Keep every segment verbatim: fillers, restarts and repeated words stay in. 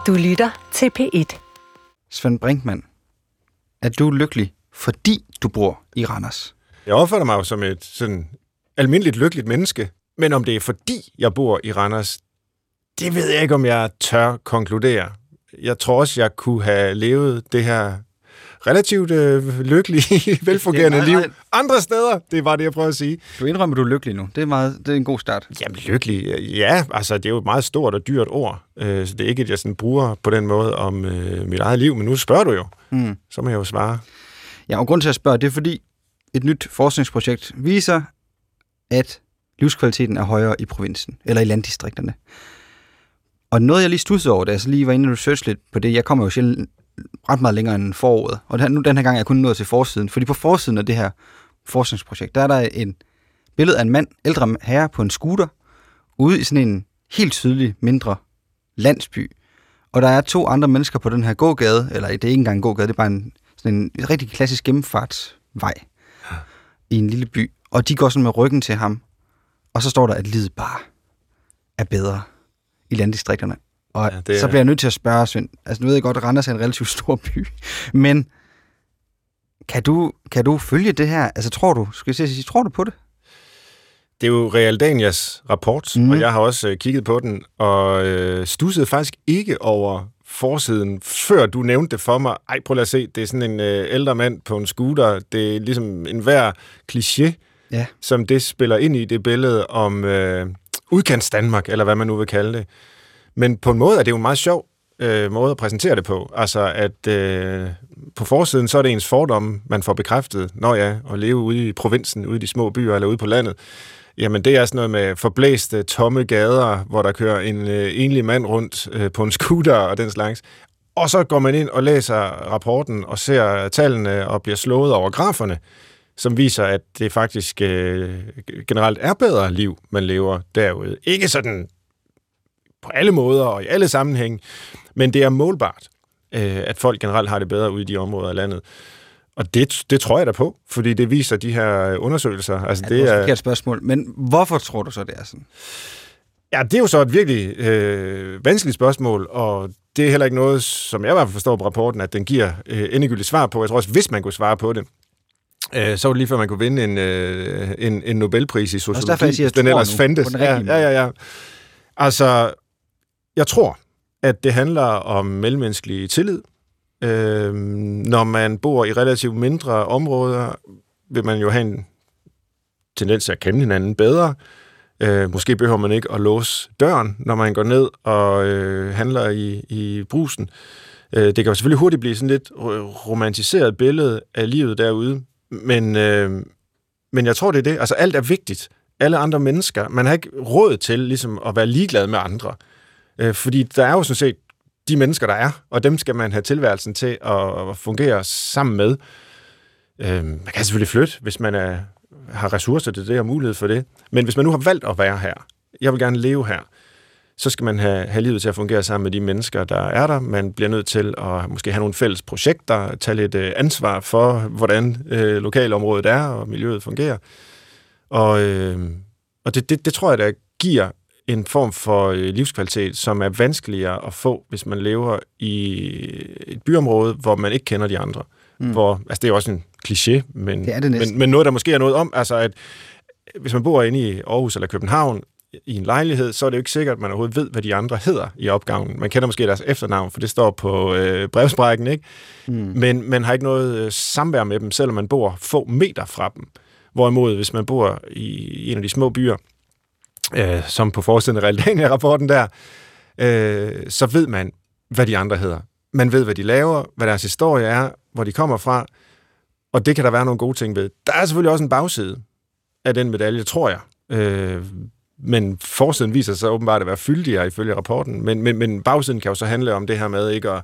Du lytter til P et. Svend Brinkmann, er du lykkelig, fordi du bor i Randers? Jeg opfatter mig jo som et sådan almindeligt lykkeligt menneske, men om det er fordi jeg bor i Randers, det ved jeg ikke, om jeg tør konkludere. Jeg tror også, jeg kunne have levet det her relativt øh, lykkelige, velfungerende liv andre steder. Det var det, jeg prøver at sige. Du indrømmer, du er lykkelig nu. Det er, meget, det er en god start. Jamen, lykkelig, ja. Altså, det er jo et meget stort og dyrt ord. Øh, så det er ikke, at jeg sådan bruger på den måde om øh, mit eget liv. Men nu spørger du jo. Mm. Så må jeg jo svare. Ja, og grund til at spørge, det er fordi et nyt forskningsprojekt viser, at livskvaliteten er højere i provinsen, eller i landdistrikterne. Og noget, jeg lige studsede over, da jeg så lige var inde og researche lidt på det, jeg kommer jo sjældent ret meget længere end foråret, og nu den her gang er jeg kun nået til forsiden, fordi på forsiden af det her forskningsprojekt, der er der en billede af en mand, ældre herre på en scooter, ude i sådan en helt tydelig mindre landsby, og der er to andre mennesker på den her gågade, eller det er ikke engang en gågade, det er bare en, sådan en rigtig klassisk gennemfartsvej ja. I en lille by, og de går sådan med ryggen til ham, og så står der, at livet bare er bedre i landdistrikterne. Og ja, er... så bliver jeg nødt til at spørge, Svend, altså nu ved jeg godt, at Randers er en relativt stor by, men kan du, kan du følge det her? Altså tror du, skal jeg sige, tror du på det? Det er jo Realdanias rapport, mm. og jeg har også øh, kigget på den, og øh, stussede faktisk ikke over forsiden, før du nævnte det for mig. Ej, prøv at se, det er sådan en øh, ældre mand på en scooter, det er ligesom en hver kliché, ja. Som det spiller ind i det billede om øh, udkants Danmark, eller hvad man nu vil kalde det. Men på en måde er det jo en meget sjov øh, måde at præsentere det på. Altså, at øh, på forsiden, så er det ens fordomme, man får bekræftet, når ja, at leve ude i provinsen, ude i de små byer eller ude på landet. Jamen, det er sådan noget med forblæste, tomme gader, hvor der kører en øh, enlig mand rundt øh, på en scooter og den slags. Og så går man ind og læser rapporten og ser tallene og bliver slået over graferne, som viser, at det faktisk øh, generelt er bedre liv, man lever derude. Ikke sådan på alle måder og i alle sammenhæng, men det er målbart, øh, at folk generelt har det bedre ude i de områder af landet. Og det, det tror jeg da på, fordi det viser de her undersøgelser. Altså, ja, det, det er et forkert spørgsmål, men hvorfor tror du så, det er sådan? Ja, det er jo så et virkelig øh, vanskeligt spørgsmål, og det er heller ikke noget, som jeg i hvert fald forstår på rapporten, at den giver øh, endegyldigt svar på. Jeg tror også, hvis man kunne svare på det, øh, så var det lige før, man kunne vinde en, øh, en, en Nobelpris i sociologi. Derfor, jeg siger, den ellers fandtes. Ja, ja, ja, ja. Altså, jeg tror, at det handler om mellemmenneskelige tillid. Øh, når man bor i relativt mindre områder, vil man jo have en tendens til at kende hinanden bedre. Øh, måske behøver man ikke at låse døren, når man går ned og øh, handler i, i brusen. Øh, det kan jo selvfølgelig hurtigt blive sådan lidt romantiseret billede af livet derude, men, øh, men jeg tror, det er det. Altså, alt er vigtigt. Alle andre mennesker. Man har ikke råd til ligesom, at være ligeglad med andre. Øh, fordi der er jo sådan set de mennesker, der er, og dem skal man have tilværelsen til at fungere sammen med. Øh, man kan selvfølgelig flytte, hvis man er, har ressourcer til det og mulighed for det. Men hvis man nu har valgt at være her, jeg vil gerne leve her, så skal man have, have livet til at fungere sammen med de mennesker, der er der. Man bliver nødt til at måske have nogle fælles projekter, tage lidt øh, ansvar for, hvordan øh, lokalområdet er og miljøet fungerer. Og, øh, og det, det, det tror jeg, der giver en form for øh, livskvalitet, som er vanskeligere at få, hvis man lever i et byområde, hvor man ikke kender de andre. Mm. Hvor, altså det er også en kliché, men, det det men, men noget, der måske er noget om, altså at hvis man bor inde i Aarhus eller København i en lejlighed, så er det jo ikke sikkert, at man overhovedet ved, hvad de andre hedder i opgangen. Man kender måske deres efternavn, for det står på øh, brevsprækken, ikke? Mm. Men man har ikke noget øh, samvær med dem, selvom man bor få meter fra dem. Hvorimod, hvis man bor i en af de små byer, øh, som på forsiden af Realdania-rapporten der, øh, så ved man, hvad de andre hedder. Man ved, hvad de laver, hvad deres historie er, hvor de kommer fra, og det kan der være nogle gode ting ved. Der er selvfølgelig også en bagside af den medalje, tror jeg. Øh, men forsiden viser sig åbenbart at være fyldigere ifølge rapporten. Men, men, men bagsiden kan jo så handle om det her med ikke at,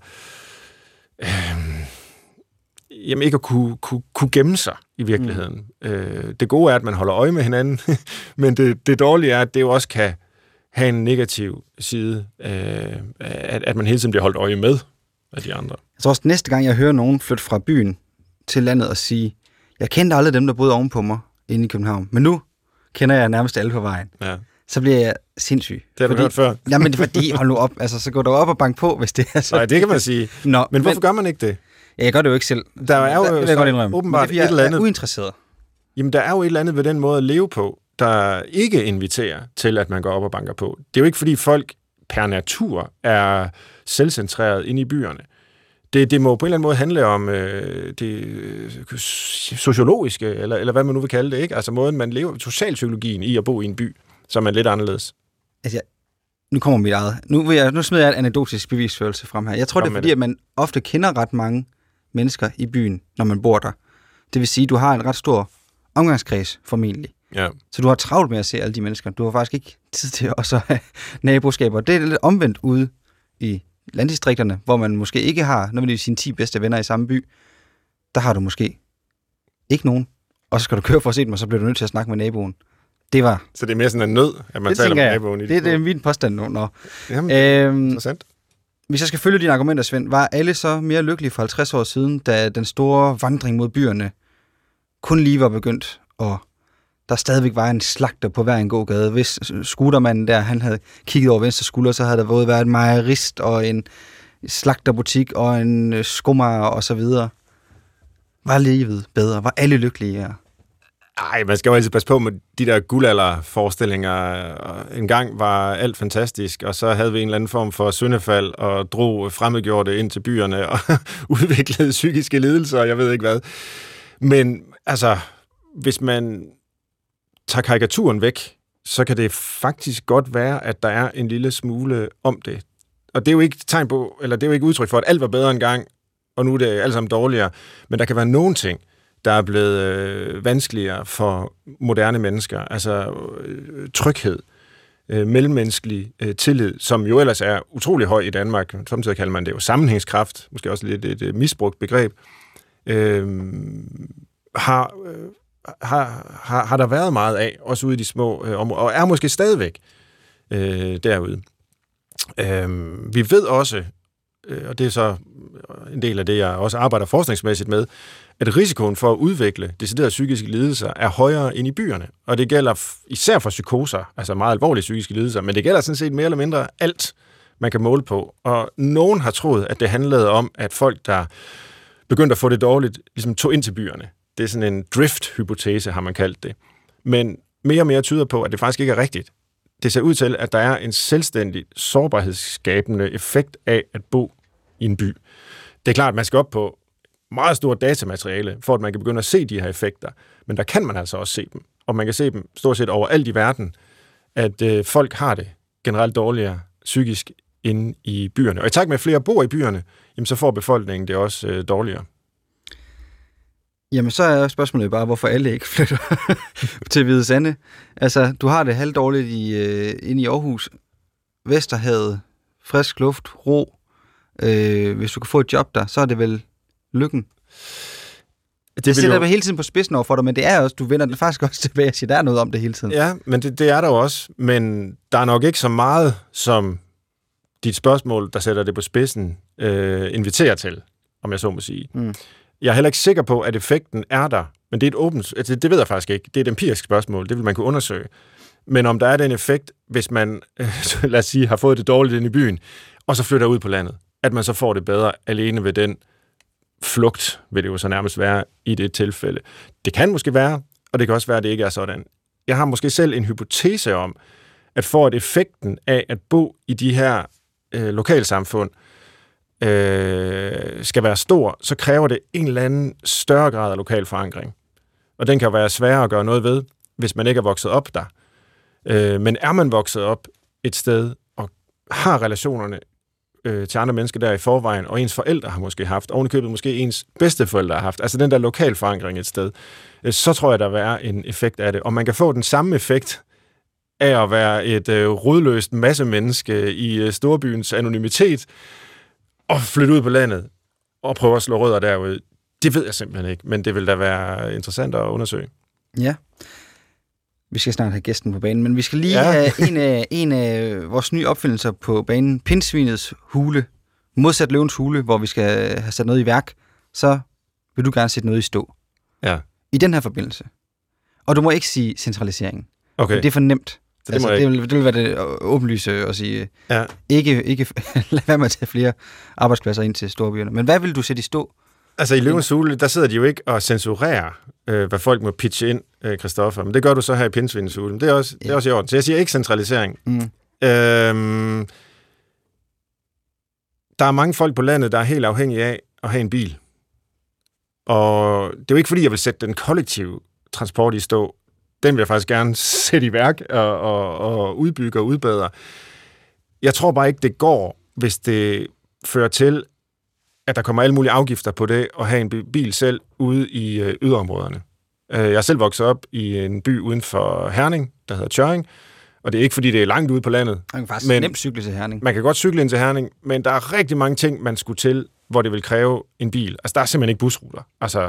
øh, jamen ikke at kunne, kunne, kunne gemme sig i virkeligheden. Mm. Øh, det gode er, at man holder øje med hinanden, men det, det dårlige er, at det jo også kan have en negativ side, øh, at, at man hele tiden bliver holdt øje med af de andre. Jeg tror også, næste gang jeg hører nogen flytte fra byen til landet og sige, jeg kendte aldrig dem, der boede ovenpå mig inde i København, men nu kender jeg nærmest alle på vejen. Ja. så bliver jeg sindssyg. Det har du fordi, hørt før. Jamen, det er fordi, hold nu op, altså, så går du op og bank på, hvis det er så. Nej, det kan man sige. Nå, men hvorfor men, gør man ikke det? Ja, jeg gør det jo ikke selv. Der er jo der, så, åbenbart det er, et eller andet. Jeg er uinteresseret. Jamen, der er jo et eller andet ved den måde at leve på, der ikke inviterer til, at man går op og banker på. Det er jo ikke, fordi folk per natur er selvcentreret inde i byerne. Det, det må på en eller anden måde handle om øh, det øh, sociologiske, eller, eller hvad man nu vil kalde det, ikke? Altså måden, man lever, socialpsykologien i at bo i en by, som er lidt anderledes. Altså, nu kommer mit eget. Nu, vil jeg, nu smider jeg en anekdotisk bevisførelse frem her. Jeg tror, Kom det er fordi, det. at man ofte kender ret mange mennesker i byen, når man bor der. Det vil sige, at du har en ret stor omgangskreds, formentlig. Ja. Så du har travlt med at se alle de mennesker. Du har faktisk ikke tid til at så have naboskaber. Det er lidt omvendt ude i landdistrikterne, hvor man måske ikke har nødvendigvis sine ti bedste venner i samme by. Der har du måske ikke nogen. Og så skal du køre for at se dem, og så bliver du nødt til at snakke med naboen. Det var... Så det er mere sådan en nød, at man det taler med naboen i det? Det, det er min påstand nu. Nå. Jamen, øhm, interessant. Hvis jeg skal følge dine argumenter, Svend, var alle så mere lykkelige for halvtreds år siden, da den store vandring mod byerne kun lige var begyndt, og der stadigvæk var en slagter på hver en gågade. Hvis skutermanden der, han havde kigget over venstre skulder, så havde der både været en mejerist og en slagterbutik og en skomager og så videre. Var livet bedre? Var alle lykkelige? Ej, man skal jo altid passe på med de der guldalderforestillinger. En gang var alt fantastisk, og så havde vi en eller anden form for syndefald og drog fremmedgjorte ind til byerne og udviklede psykiske lidelser, og jeg ved ikke hvad. Men altså, hvis man tager karikaturen væk, så kan det faktisk godt være, at der er en lille smule om det. Og det er jo ikke tegn på, eller det er jo ikke udtryk for, at alt var bedre engang, og nu er det alt sammen dårligere. Men der kan være nogle ting, der er blevet øh, vanskeligere for moderne mennesker. Altså øh, tryghed, øh, mellemmenneskelig øh, tillid, som jo ellers er utrolig høj i Danmark. Samtidig kalder man det jo sammenhængskraft, måske også lidt et, et misbrugt begreb. Øh, har... Øh, Har, har, har der været meget af, også ude i de små øh, områder, og er måske stadigvæk øh, derude. Øh, vi ved også, øh, og det er så en del af det, jeg også arbejder forskningsmæssigt med, at risikoen for at udvikle deciderede psykiske lidelser er højere end i byerne. Og det gælder f- især for psykoser, altså meget alvorlige psykiske lidelser, men det gælder sådan set mere eller mindre alt, man kan måle på. Og nogen har troet, at det handlede om, at folk, der begyndte at få det dårligt, ligesom tog ind til byerne. Det er sådan en drift-hypotese, har man kaldt det. Men mere og mere tyder på, at det faktisk ikke er rigtigt. Det ser ud til, at der er en selvstændig sårbarhedsskabende effekt af at bo i en by. Det er klart, at man skal op på meget stort datamateriale, for at man kan begynde at se de her effekter. Men der kan man altså også se dem. Og man kan se dem stort set overalt i verden, at øh, folk har det generelt dårligere psykisk inde i byerne. Og i takt med, at flere bor i byerne, jamen, så får befolkningen det også øh, dårligere. Jamen, så er spørgsmålet bare, hvorfor alle ikke flytter til Hvide Sande. Altså, du har det halvdårligt i, øh, inde i Aarhus. Vesterhavet, frisk luft, ro. Øh, hvis du kan få et job der, så er det vel lykken. Det jeg sætter jo... hele tiden på spidsen over for dig, men det er også, du vender den faktisk også tilbage og siger, der er noget om det hele tiden. Ja, men det, det er der jo også. Men der er nok ikke så meget, som dit spørgsmål, der sætter det på spidsen, øh, inviterer til, om jeg så må sige. Mm. Jeg er heller ikke sikker på, at effekten er der, men det er et åbent, altså det ved jeg faktisk ikke. Det er et empirisk spørgsmål, det vil man kunne undersøge. Men om der er den effekt, hvis man, øh, lad os sige, har fået det dårligt ind i byen, og så flytter ud på landet, at man så får det bedre alene ved den flugt, vil det jo så nærmest være i det tilfælde. Det kan måske være, og det kan også være, at det ikke er sådan. Jeg har måske selv en hypotese om, at for at effekten af at bo i de her øh, lokalsamfund, Øh, skal være stor, så kræver det en eller anden større grad af lokal forankring. Og den kan være sværere at gøre noget ved, hvis man ikke er vokset op der. Øh, men er man vokset op et sted, og har relationerne øh, til andre mennesker der i forvejen, og ens forældre har måske haft, ovenikøbet måske ens bedsteforældre har haft, altså den der lokal forankring et sted, øh, så tror jeg, der vil være en effekt af det. Og man kan få den samme effekt af at være et øh, rodløst massemenneske i øh, storbyens anonymitet, og flytte ud på landet og prøve at slå rødder derude. Det ved jeg simpelthen ikke, men det vil da være interessant at undersøge. Ja. Vi skal snart have gæsten på banen, men vi skal lige ja. have en af, en af vores nye opfindelser på banen. Pindsvinets hule. Modsat løvens hule, hvor vi skal have sat noget i værk, så vil du gerne sætte noget i stå. Ja. I den her forbindelse. Og du må ikke sige centraliseringen. Okay. Det er for nemt Så det, altså, må det, vil, det vil være det åbenlyse at sige, ja. ikke, ikke lad være med at tage flere arbejdspladser ind til storbyerne. Men hvad vil du sætte i stå? Altså i Løvens Hule, der sidder de jo ikke og censurerer, øh, hvad folk må pitche ind, øh, Christoffer. Men det gør du så her i Pindsvinens Hule. Det er også, ja. det er også i orden. Så jeg siger ikke centralisering. Mm. Øhm, der er mange folk på landet, der er helt afhængige af at have en bil. Og det er jo ikke fordi, jeg vil sætte den kollektive transport i stå. Den vil jeg faktisk gerne sætte i værk og, og, og udbygge og udbedre. Jeg tror bare ikke, det går, hvis det fører til, at der kommer alle mulige afgifter på det, og have en bil selv ude i øh, yderområderne. Jeg er selv vokset op i en by uden for Herning, der hedder Tjørring, og det er ikke, fordi det er langt ude på landet. Man kan faktisk men, nemt cykle til Herning. Man kan godt cykle ind til Herning, men der er rigtig mange ting, man skulle til, hvor det vil kræve en bil. Altså, der er simpelthen ikke busruter. Altså,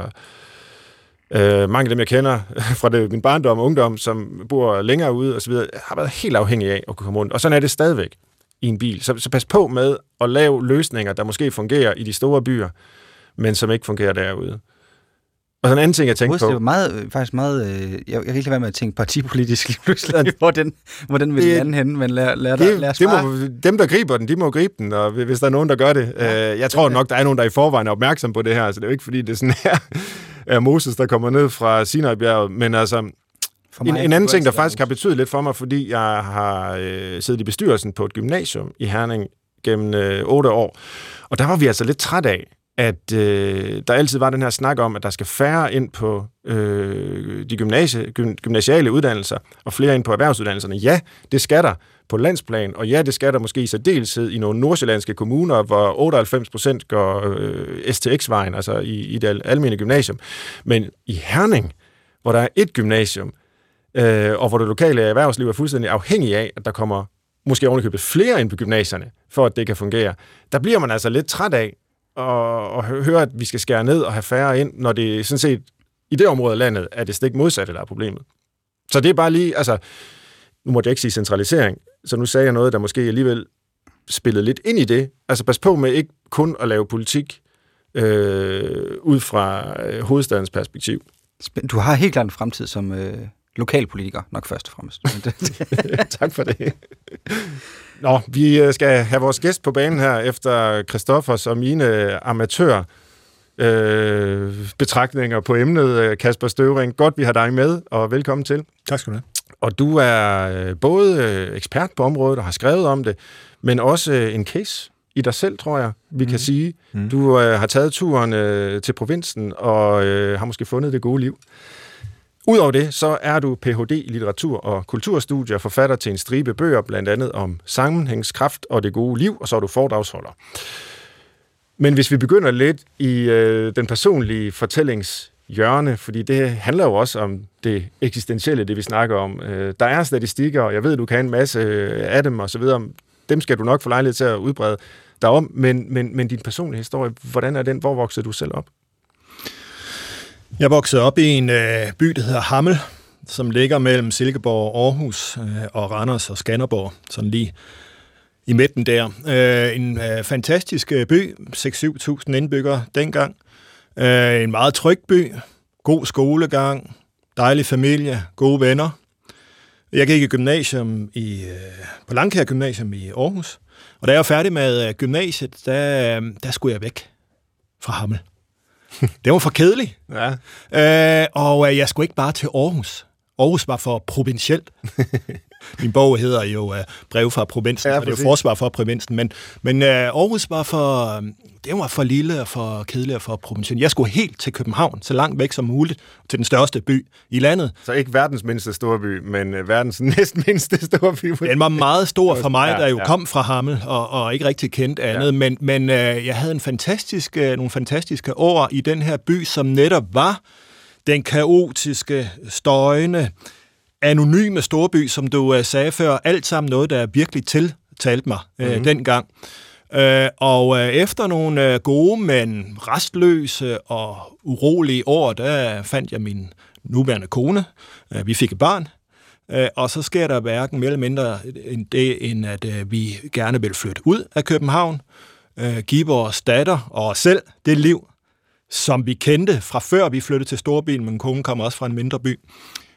øh, mange af dem, jeg kender fra det, min barndom og ungdom, som bor længere ude og så videre, har været helt afhængige af at kunne komme rundt. Og sådan er det stadigvæk i en bil. Så, så pas på med at lave løsninger, der måske fungerer i de store byer, men som ikke fungerer derude. Og sådan en anden ting, jeg tænkte på... Det er meget, faktisk meget... Øh, jeg, jeg kan ikke lade være med at tænke partipolitisk lige pludselig, hvor den, hvor den vil lande henne, men lad, lad, det, lad os det må, dem, der griber den, de må gribe den, og hvis der er nogen, der gør det. Ja, øh, jeg tror nok, der er nogen, der i forvejen er opmærksom på det her, så det er jo ikke, fordi det er sådan her er Moses, der kommer ned fra Sinai-bjerget, men altså... En, en anden ting, der faktisk har betydet lidt for mig, fordi jeg har øh, siddet i bestyrelsen på et gymnasium i Herning gennem øh, otte år, og der var vi altså lidt træt af, at øh, der altid var den her snak om, at der skal færre ind på øh, de gymnasie, gym, gymnasiale uddannelser, og flere ind på erhvervsuddannelserne. Ja, det skal der på landsplan, og ja, det skal der måske i særdeleshed i nogle nordsjællandske kommuner, hvor otteoghalvfems procent går øh, S T X-vejen, altså i, i det almene gymnasium. Men i Herning, hvor der er et gymnasium, øh, og hvor det lokale erhvervsliv er fuldstændig afhængig af, at der kommer måske ovenikøbet flere ind på gymnasierne, for at det kan fungere, der bliver man altså lidt træt af, og, og høre, at vi skal skære ned og have færre ind, når det sådan set i det område af landet er det stik modsatte, der er problemet. Så det er bare lige, altså, nu må jeg ikke sige centralisering, så nu sagde jeg noget, der måske alligevel spillede lidt ind i det. Altså pas på med ikke kun at lave politik øh, ud fra øh, hovedstadens perspektiv. Du har helt klart en fremtid som øh, lokalpolitiker, nok først og fremmest. Tak for det. Nå, vi skal have vores gæst på banen her, efter Christoffers og mine amatør øh, betragtninger på emnet, Kasper Støvring. Godt, vi har dig med, og velkommen til. Tak skal du have. Og du er både ekspert på området og har skrevet om det, men også en case i dig selv, tror jeg, vi mm. kan sige. Mm. Du øh, har taget turen øh, til provinsen og øh, har måske fundet det gode liv. Udover det, så er du P H D i litteratur- og kulturstudier, forfatter til en stribe bøger, blandt andet om sammenhængskraft og det gode liv, og så er du foredragsholder. Men hvis vi begynder lidt i øh, den personlige fortællingshjørne, fordi det handler jo også om det eksistentielle, det vi snakker om. Øh, der er statistikker, og jeg ved, du kan en masse af dem og så videre. Dem skal du nok få lejlighed til at udbrede dig om, men, men, men din personlige historie, hvordan er den? Hvor voksede du selv op? Jeg voksede op i en øh, by, der hedder Hammel, som ligger mellem Silkeborg og Aarhus øh, og Randers og Skanderborg, sådan lige i midten der. Øh, en øh, fantastisk by, seks til syv tusind indbyggere dengang. Øh, en meget tryg by, god skolegang, dejlig familie, gode venner. Jeg gik i gymnasium i, øh, på Langkær Gymnasium i Aarhus, og da jeg var færdig med øh, gymnasiet, der, der skulle jeg væk fra Hammel. Det var for kedeligt. Ja. Øh, og øh, jeg skulle ikke bare til Aarhus. Aarhus var for provincielt. Min bog hedder jo uh, Brev fra provinsen, ja, og det er jo forsvar for provinsen. Men, men uh, Aarhus var for, det var for lille og for kedeligt og for provincielt. Jeg skulle helt til København, så langt væk som muligt, til den største by i landet. Så ikke verdens mindste storby, men uh, verdens næstmindste storby. Den var meget stor for mig, der jo ja. kom fra Hammel og, og ikke rigtig kendte andet. Ja. Men, men uh, jeg havde en fantastisk, uh, nogle fantastiske år i den her by, som netop var den kaotiske, støjende, anonyme storby, som du uh, sagde før, alt sammen noget, der virkelig tiltalte mig uh, mm-hmm. dengang. Uh, og uh, efter nogle uh, gode, men restløse og urolige år, der fandt jeg min nuværende kone. Uh, vi fik et barn, uh, og så sker der hverken mere eller mindre end det, end at uh, vi gerne vil flytte ud af København, uh, give vores datter og os selv det liv, som vi kendte fra før vi flyttede til storbyen, men konen kom også fra en mindre by.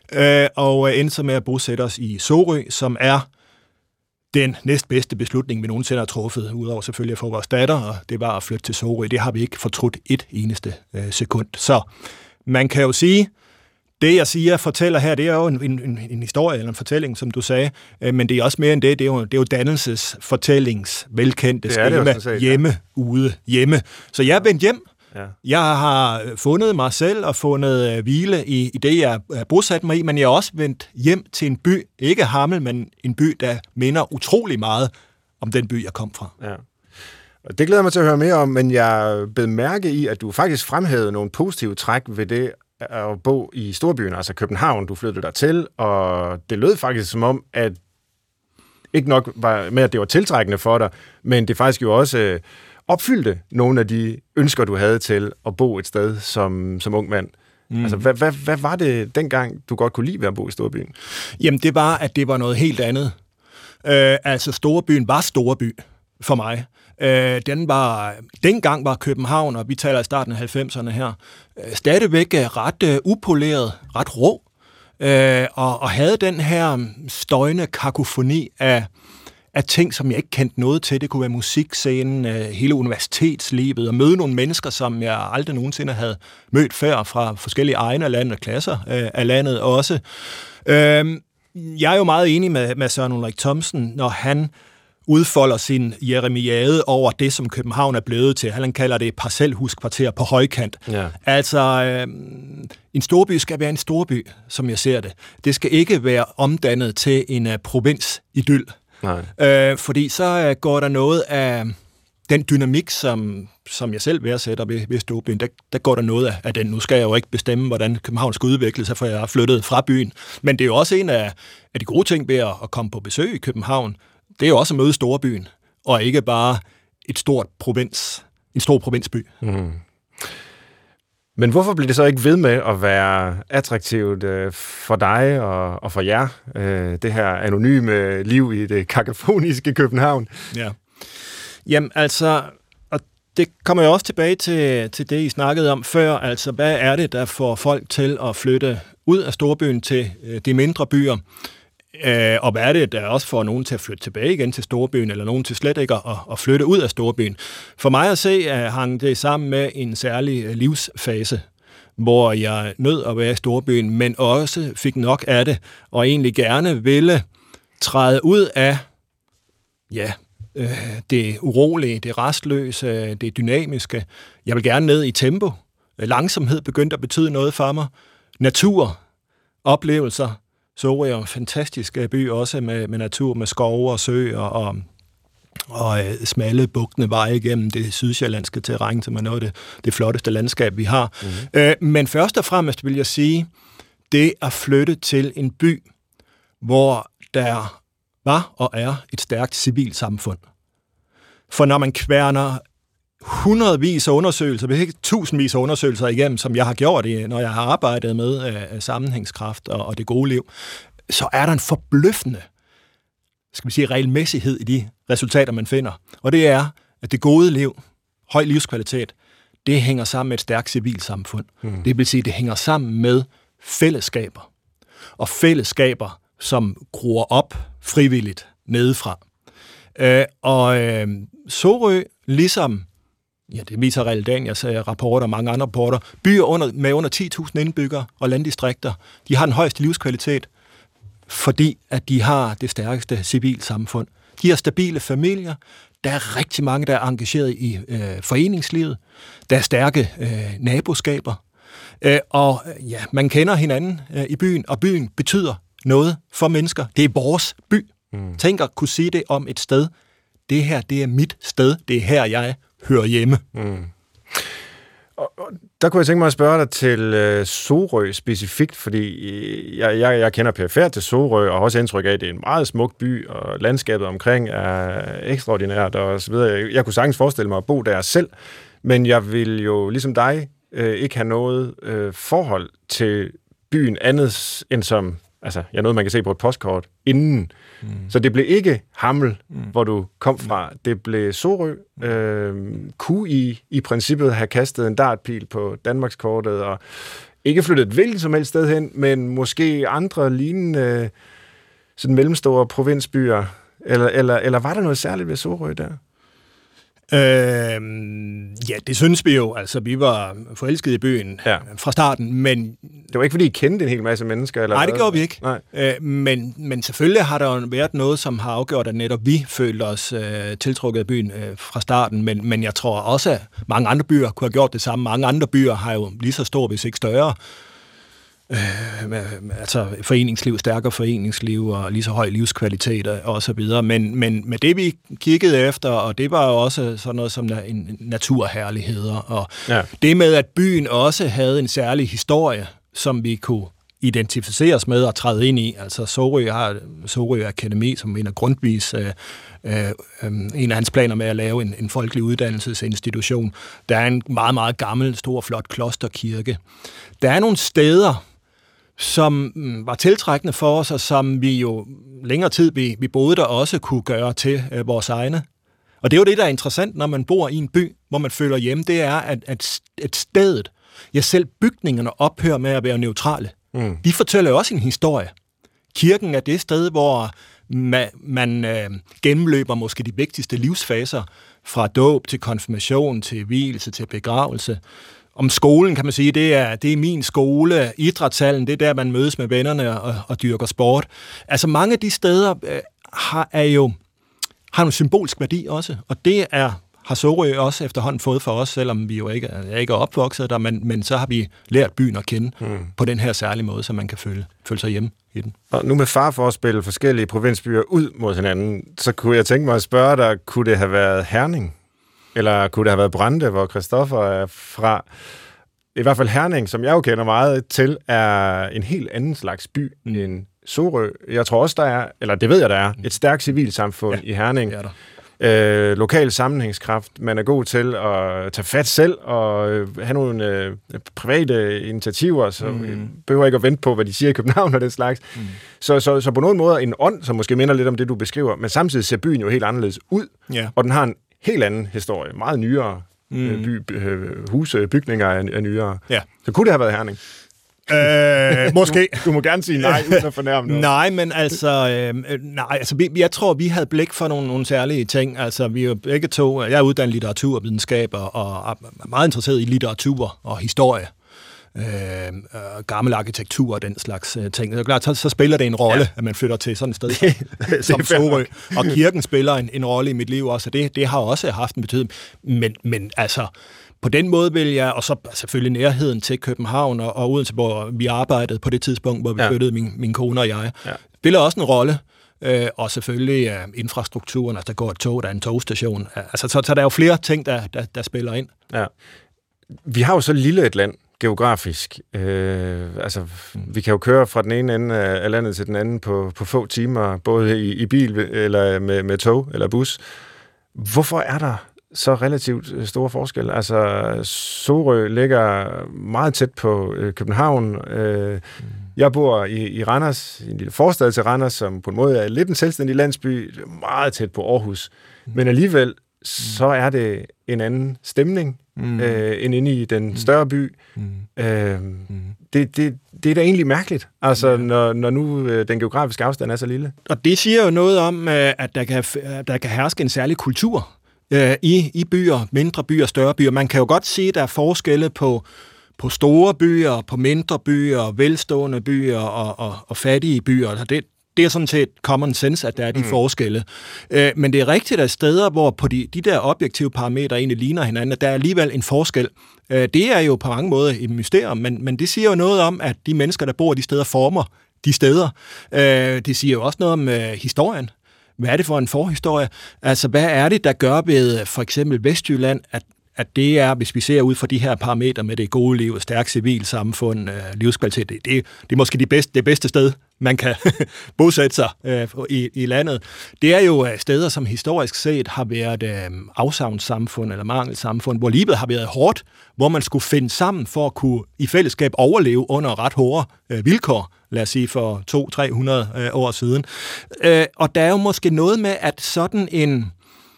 øh, og endte så med at bosætte os i Sorø, som er den næstbedste beslutning, vi nogensinde har truffet, udover selvfølgelig at få vores datter, og det var at flytte til Sorø. Det har vi ikke fortrudt et eneste øh, sekund. Så man kan jo sige, det jeg siger, fortæller her, det er jo en, en, en historie eller en fortælling, som du sagde, øh, men det er også mere end det. Det er jo, det er jo dannelsesfortællings velkendte skema hjemme, ude, hjemme. Så jeg er vendt hjem. Ja. Jeg har fundet mig selv og fundet hvile i, i det, jeg er bosat mig i, men jeg er også vendt hjem til en by, ikke Hammel, men en by, der minder utrolig meget om den by, jeg kom fra. Ja. Og det glæder mig til at høre mere om, men jeg bed mærke i, at du faktisk fremhævede nogle positive træk ved det at bo i storbyen, altså København. Du flyttede der til, og det lød faktisk som om, at ikke nok var med, at det var tiltrækkende for dig, men det faktisk jo også opfyldte nogle af de ønsker, du havde til at bo et sted som, som ung mand. Mm. Altså, hvad, hvad, hvad var det dengang, du godt kunne lide ved at bo i storbyen? Jamen, det var, at det var noget helt andet. Øh, altså, storbyen var storby for mig. Øh, den var, dengang var København, og vi taler i starten af halvfemserne her, øh, stadigvæk ret øh, upoleret, ret rå, øh, og, og havde den her støjende kakofoni af af ting, som jeg ikke kendte noget til. Det kunne være musikscenen, hele universitetslivet, og møde nogle mennesker, som jeg aldrig nogensinde havde mødt før, fra forskellige egne af landet og klasser af landet også. Jeg er jo meget enig med, med Søren Ulrik Thomsen, når han udfolder sin jeremiade over det, som København er blevet til. Han kalder det parcelhuskvarter på højkant. Ja. Altså, øh, en storby skal være en storby, som jeg ser det. Det skal ikke være omdannet til en uh, provinsidyl. Øh, fordi så uh, går der noget af den dynamik, som, som jeg selv værdsætter ved, ved storbyen, der, der går der noget af, af den. Nu skal jeg jo ikke bestemme, hvordan København skal udvikle sig, for jeg er flyttet fra byen. Men det er jo også en af, af de gode ting ved at, at komme på besøg i København. Det er jo også at møde storbyen, og ikke bare et stort provins, en stor provinsby. Mm. Men hvorfor bliver det så ikke ved med at være attraktivt øh, for dig og, og for jer, øh, det her anonyme liv i det kakofoniske København? Ja. Jamen altså, og det kommer jo også tilbage til, til det, I snakkede om før. Altså, hvad er det, der får folk til at flytte ud af storbyen til øh, de mindre byer? Øh, og hvad er det, der også får nogen til at flytte tilbage igen til storbyen, eller nogen til slet ikke at, at flytte ud af storbyen? For mig at se, uh, hang det sammen med en særlig uh, livsfase, hvor jeg nød at være i storbyen, men også fik nok af det, og egentlig gerne ville træde ud af ja, øh, det urolige, det restløse, det dynamiske. Jeg vil gerne ned i tempo. Langsomhed begyndte at betyde noget for mig. Natur, oplevelser. Sorø er en fantastisk by, også med, med natur, med skove og søer og, og øh, smalle, bugtende veje igennem det sydsjællandske terræn, som er noget af det, det flotteste landskab, vi har. Mm-hmm. Øh, men først og fremmest vil jeg sige, det at flytte til en by, hvor der var og er et stærkt civilsamfund. For når man kværner hundredvis af undersøgelser, hvis ikke tusindvis af undersøgelser igennem, som jeg har gjort, når jeg har arbejdet med uh, sammenhængskraft og, og det gode liv, så er der en forbløffende, skal vi sige, regelmæssighed i de resultater, man finder. Og det er, at det gode liv, høj livskvalitet, det hænger sammen med et stærkt civilsamfund. Mm. Det vil sige, det hænger sammen med fællesskaber. Og fællesskaber, som gror op frivilligt nedefra. Uh, og uh, Sorø, ligesom ja, det viser Realdanias rapporter og mange andre rapporter. Byer under, med under ti tusind indbyggere og landdistrikter, de har den højeste livskvalitet, fordi at de har det stærkeste civilsamfund. De har stabile familier. Der er rigtig mange, der er engageret i øh, foreningslivet. Der er stærke øh, naboskaber. Øh, og ja, man kender hinanden øh, i byen, og byen betyder noget for mennesker. Det er vores by. Mm. Tænk at kunne sige det om et sted. Det her, det er mit sted. Det er her, jeg hører hjemme. Mm. Og, og der kunne jeg tænke mig at spørge dig til øh, Sorø specifikt, fordi jeg, jeg, jeg kender perifært til Sorø, og også indtryk af, at det er en meget smuk by, og landskabet omkring er ekstraordinært og så videre. Jeg, jeg kunne sagtens forestille mig at bo der selv, men jeg vil jo, ligesom dig, øh, ikke have noget øh, forhold til byen andet end som, altså, jeg noget, man kan se på et postkort inden. Mm. Så det blev ikke Hammel, mm. hvor du kom fra. Det blev Sorø. Øh, kunne I i princippet have kastet en dartpil på Danmarkskortet og ikke flyttet et hvilket som helst sted hen, men måske andre lignende sådan mellemstore provinsbyer? Eller, eller, eller var der noget særligt ved Sorø der? Øh, ja, det synes vi jo. Altså, vi var forelskede i byen ja. fra starten, men... Det var ikke, fordi I kendte en hel masse mennesker? Eller nej, det gjorde vi ikke. Nej. Øh, men, men selvfølgelig har der jo været noget, som har afgjort, at netop vi følte os øh, tiltrukket af byen øh, fra starten, men, men jeg tror også, at mange andre byer kunne have gjort det samme. Mange andre byer har jo lige så stor, hvis ikke større, Øh, altså foreningsliv, stærkere foreningsliv og lige så høj livskvalitet og så videre. Men, men med det, vi kiggede efter, og det var jo også sådan noget som en naturherligheder, og ja. det med, at byen også havde en særlig historie, som vi kunne identificere os med og træde ind i. Altså Sorø har Sorø Akademi, som en af Grundtvigs øh, øh, en af hans planer med at lave en, en folkelig uddannelsesinstitution. Der er en meget, meget gammel, stor, flot klosterkirke. Der er nogle steder, som var tiltrækkende for os, og som vi jo længere tid, vi, vi boede der, også kunne gøre til øh, vores egne. Og det er jo det, der er interessant, når man bor i en by, hvor man føler hjemme, det er, at, at et stedet, ja selv bygningerne ophører med at være neutrale. Mm. De fortæller jo også en historie. Kirken er det sted, hvor man, man øh, gennemløber måske de vigtigste livsfaser, fra dåb til konfirmation, til vielse, til begravelse. Om skolen kan man sige, det er, det er min skole, idrætshallen, det er der, man mødes med vennerne og, og dyrker sport. Altså mange af de steder øh, har, er jo, har en symbolsk værdi også, og det er, har Sorø også efterhånden fået for os, selvom vi jo ikke er, ikke er opvokset der, men, men så har vi lært byen at kende hmm. på den her særlige måde, så man kan føle, føle sig hjemme i den. Og nu med far for at spille forskellige provinsbyer ud mod hinanden, så kunne jeg tænke mig at spørge dig, kunne det have været Herning? Eller kunne det have været Brande, hvor Christoffer er fra? I hvert fald Herning, som jeg jo kender meget til, er en helt anden slags by mm. end Sorø. Jeg tror også, der er, eller det ved jeg, der er, et stærkt civilsamfund ja, i Herning. Det er der. Øh, lokal sammenhængskraft. Man er god til at tage fat selv og øh, have nogle øh, private initiativer, så mm. behøver ikke at vente på, hvad de siger i København og den slags. Mm. Så, så, så på nogen måde en ånd, som måske minder lidt om det, du beskriver, men samtidig ser byen jo helt anderledes ud, yeah. og den har en helt anden historie. Meget nyere mm. by, øh, huse, bygninger er, er nyere. Yeah. Så kunne det have været Herning? Øh, måske. Du, du må gerne sige nej, uden at fornærme noget. Nej, men altså, øh, nej, altså vi, jeg tror, vi havde blik for nogle, nogle særlige ting. Altså, vi er jo begge to, jeg er uddannet litteraturvidenskab og, og er meget interesseret i litteratur og historie. Øh, gammel arkitektur og den slags øh, ting. Det er klart, så, så spiller det en rolle, ja. at man flytter til sådan et sted som, som Sorø. Og kirken spiller en, en rolle i mit liv også, og det, det har også haft en betydning. Men, men altså, på den måde vil jeg, og så selvfølgelig nærheden til København og, og Odense, hvor vi arbejdede på det tidspunkt, hvor vi ja. flyttede, min, min kone og jeg, ja. spiller også en rolle. Øh, og selvfølgelig uh, infrastrukturen, altså der går et tog, der er en togstation. Altså, så, så der er jo flere ting, der, der, der spiller ind. Ja. Vi har jo så lille et land, geografisk. Øh, altså, vi kan jo køre fra den ene ende af landet til den anden på, på få timer, både i, i bil eller med, med tog eller bus. Hvorfor er der så relativt store forskelle? Altså, Sorø ligger meget tæt på øh, København. Øh, jeg bor i, i Randers, i en lille forstad til Randers, som på en måde er lidt en selvstændig landsby, meget tæt på Aarhus. Men alligevel, så er det en anden stemning, mm. øh, end inde i den større by. Mm. Øh, mm. det, det, det er da egentlig mærkeligt, altså, mm. når, når nu øh, den geografiske afstand er så lille. Og det siger jo noget om, øh, at der kan, der kan herske en særlig kultur øh, i, i byer, mindre byer, større byer. Man kan jo godt se, at der er forskelle på, på store byer, på mindre byer, velstående byer og, og, og fattige byer. Det, Det er sådan set common sense, at der er de mm. forskelle. Øh, men det er rigtigt, at steder, hvor på de, de der objektive parametre egentlig ligner hinanden, at der er alligevel en forskel. Øh, det er jo på mange måder et mysterium, men, men det siger jo noget om, at de mennesker, der bor de steder, former de steder. Øh, det siger jo også noget om øh, historien. Hvad er det for en forhistorie? Altså, hvad er det, der gør ved for eksempel Vestjylland, at at det er, hvis vi ser ud fra de her parametre med det gode liv, stærkt civilsamfund, øh, livskvalitet, det, det, det er måske det bedste, det bedste sted, man kan bosætte sig øh, i, i landet. Det er jo øh, steder, som historisk set har været øh, afsavnssamfund eller mangelsamfund, hvor livet har været hårdt, hvor man skulle finde sammen for at kunne i fællesskab overleve under ret hårde øh, vilkår, lad os sige for to til tre hundrede øh, år siden. Øh, og der er jo måske noget med, at sådan en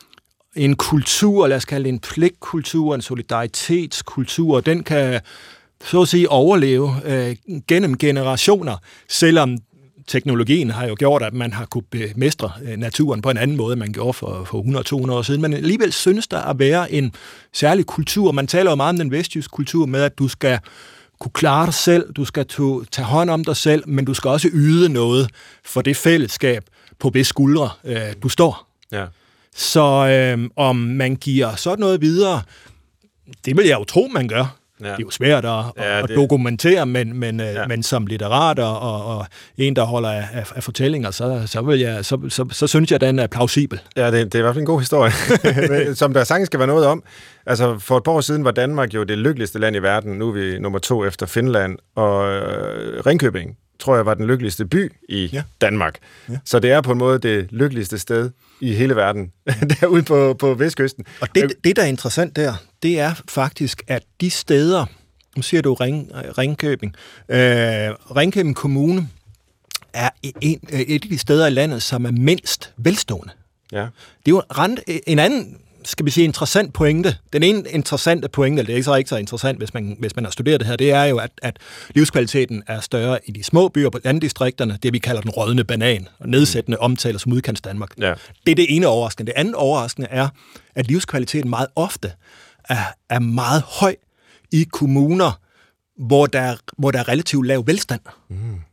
en kultur, lad os kalde det en pligtkultur, en solidaritetskultur, den kan så at sige, overleve øh, gennem generationer, selvom teknologien har jo gjort, at man har kunne bemestre naturen på en anden måde, end man gjorde for, for hundrede til to hundrede år siden. Men alligevel synes der at være en særlig kultur. Man taler jo meget om den vestjyske kultur med, at du skal kunne klare dig selv, du skal tage hånd om dig selv, men du skal også yde noget for det fællesskab, på hvis skuldre øh, du står. Ja. Så øh, om man giver sådan noget videre, det vil jeg jo tro, man gør. Ja. Det er jo svært at, ja, at det... dokumentere, men, men, ja. men som litterat og, og en, der holder af, af, af fortællinger, så, så, vil jeg, så, så, så synes jeg, at den er plausibel. Ja, det, det er i hvert fald en god historie, som der sagtens skal være noget om. Altså, for et par år siden var Danmark jo det lykkeligste land i verden. Nu er vi nummer to efter Finland, og øh, Ringkøbing, tror jeg, var den lykkeligste by i ja. Danmark. Ja. Så det er på en måde det lykkeligste sted i hele verden, derude på, på Vestkysten. Og det, det, der er interessant der, det er faktisk, at de steder, nu siger du Ring, Ringkøbing, øh, Ringkøbing Kommune er en, et af de steder i landet, som er mindst velstående. Ja. Det er jo rent, en anden, skal vi sige, interessant pointe. Den ene interessante pointe, det er ikke så, ikke så interessant, hvis man, hvis man har studeret det her, det er jo, at, at livskvaliteten er større i de små byer på landdistrikterne, det vi kalder den rådne banan, og nedsættende omtaler som udkants Danmark. Ja. Det er det ene overraskende. Det andet overraskende er, at livskvaliteten meget ofte er, er meget høj i kommuner, hvor der, hvor der er relativt lav velstand. Mm.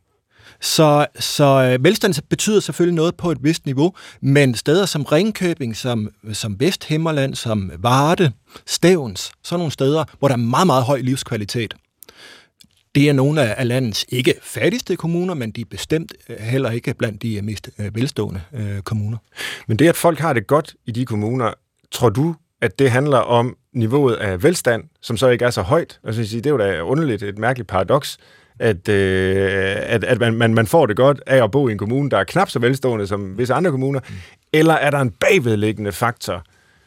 Så, så velstand betyder selvfølgelig noget på et vist niveau, men steder som Ringkøbing, som, som Vesthimmerland, som Varde, Stevns, sådan nogle steder, hvor der er meget, meget høj livskvalitet. Det er nogle af landets ikke fattigste kommuner, men de er bestemt heller ikke blandt de mest velstående øh, kommuner. Men det, at folk har det godt i de kommuner, tror du, at det handler om niveauet af velstand, som så ikke er så højt? Altså, det er jo da underligt, et mærkeligt paradoks, at, øh, at, at man, man, man får det godt af at bo i en kommune, der er knap så velstående som visse andre kommuner, mm. eller er der en bagvedliggende faktor?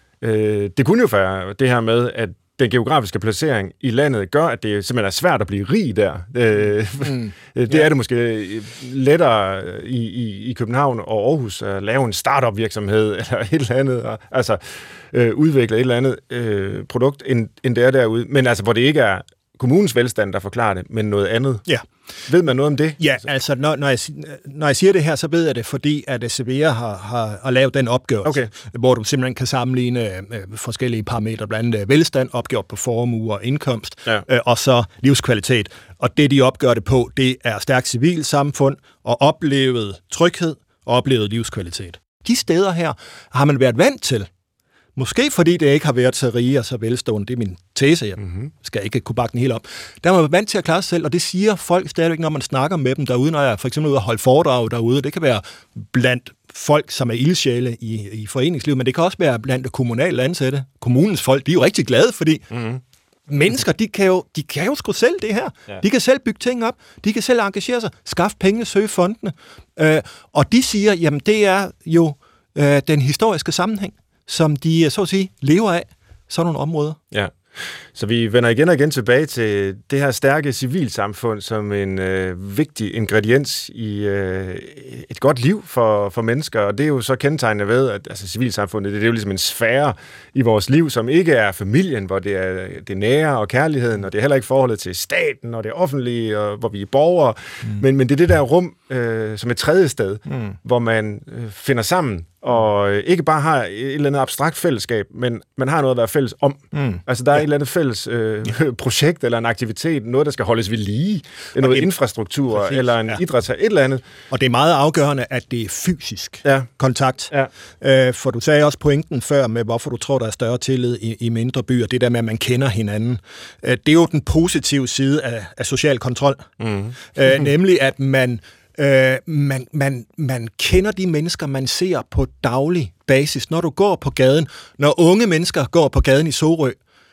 Øh, det kunne jo være det her med, at den geografiske placering i landet gør, at det simpelthen er svært at blive rig der. Øh, mm. det ja. er det måske lettere i, i, i København og Aarhus at lave en startup-virksomhed eller et eller andet, og, altså øh, udvikle et eller andet øh, produkt, end, end det er derude. Men altså, hvor det ikke er kommunens velstand, der forklarer det, men noget andet. Ja. Ved man noget om det? Ja, altså, når, når, jeg, når jeg siger det her, så ved jeg det, fordi at Cevea har, har, har lavet den opgørelse, okay. hvor du simpelthen kan sammenligne øh, forskellige parametre, blandt andet velstand, opgjort på formue og indkomst, ja. øh, og så livskvalitet. Og det, de opgør det på, det er stærkt civilsamfund og oplevet tryghed og oplevet livskvalitet. De steder her har man været vant til, måske fordi det ikke har været så rige og så velstående, det er min tese, jeg mm-hmm. skal ikke kunne bakke den helt op. Der er man vant til at klare sig selv, og det siger folk stadigvæk, når man snakker med dem derude, når jeg for eksempel er ude og holde foredrag derude. Det kan være blandt folk, som er ildsjæle i, i foreningslivet, men det kan også være blandt kommunale ansatte. Kommunens folk, de er jo rigtig glade, fordi mm-hmm. mennesker, de kan, jo, de kan jo sgu selv det her. Ja. De kan selv bygge ting op, de kan selv engagere sig, skaffe penge, søge fondene. Øh, og de siger, jamen det er jo øh, den historiske sammenhæng, som de, så at sige, lever af, sådan nogle områder. Ja, så vi vender igen og igen tilbage til det her stærke civilsamfund som en øh, vigtig ingrediens i øh, et godt liv for, for mennesker, og det er jo så kendetegnende ved, at altså, civilsamfundet, det, det er jo ligesom en sfære i vores liv, som ikke er familien, hvor det er det nære og kærligheden, og det er heller ikke forholdet til staten og det offentlige, og, hvor vi er borgere, mm. men, men det er det der rum, øh, som et tredje sted, mm. hvor man øh, finder sammen, og ikke bare har et eller andet abstrakt fællesskab, men man har noget at være fælles om. Mm. Altså, der er ja. et eller andet fælles øh, projekt eller en aktivitet, noget, der skal holdes ved lige, noget et, infrastruktur, præcis, eller en ja. idræts, et eller andet. Og det er meget afgørende, at det er fysisk ja. kontakt. Ja. Øh, for du sagde også pointen før med, hvorfor du tror, der er større tillid i, i mindre byer. Det der med, at man kender hinanden. Øh, det er jo den positive side af, af social kontrol. Mm. Øh, nemlig, at man Øh, man, man, man kender de mennesker, man ser på daglig basis. Når du går på gaden, når unge mennesker går på gaden i Sorø,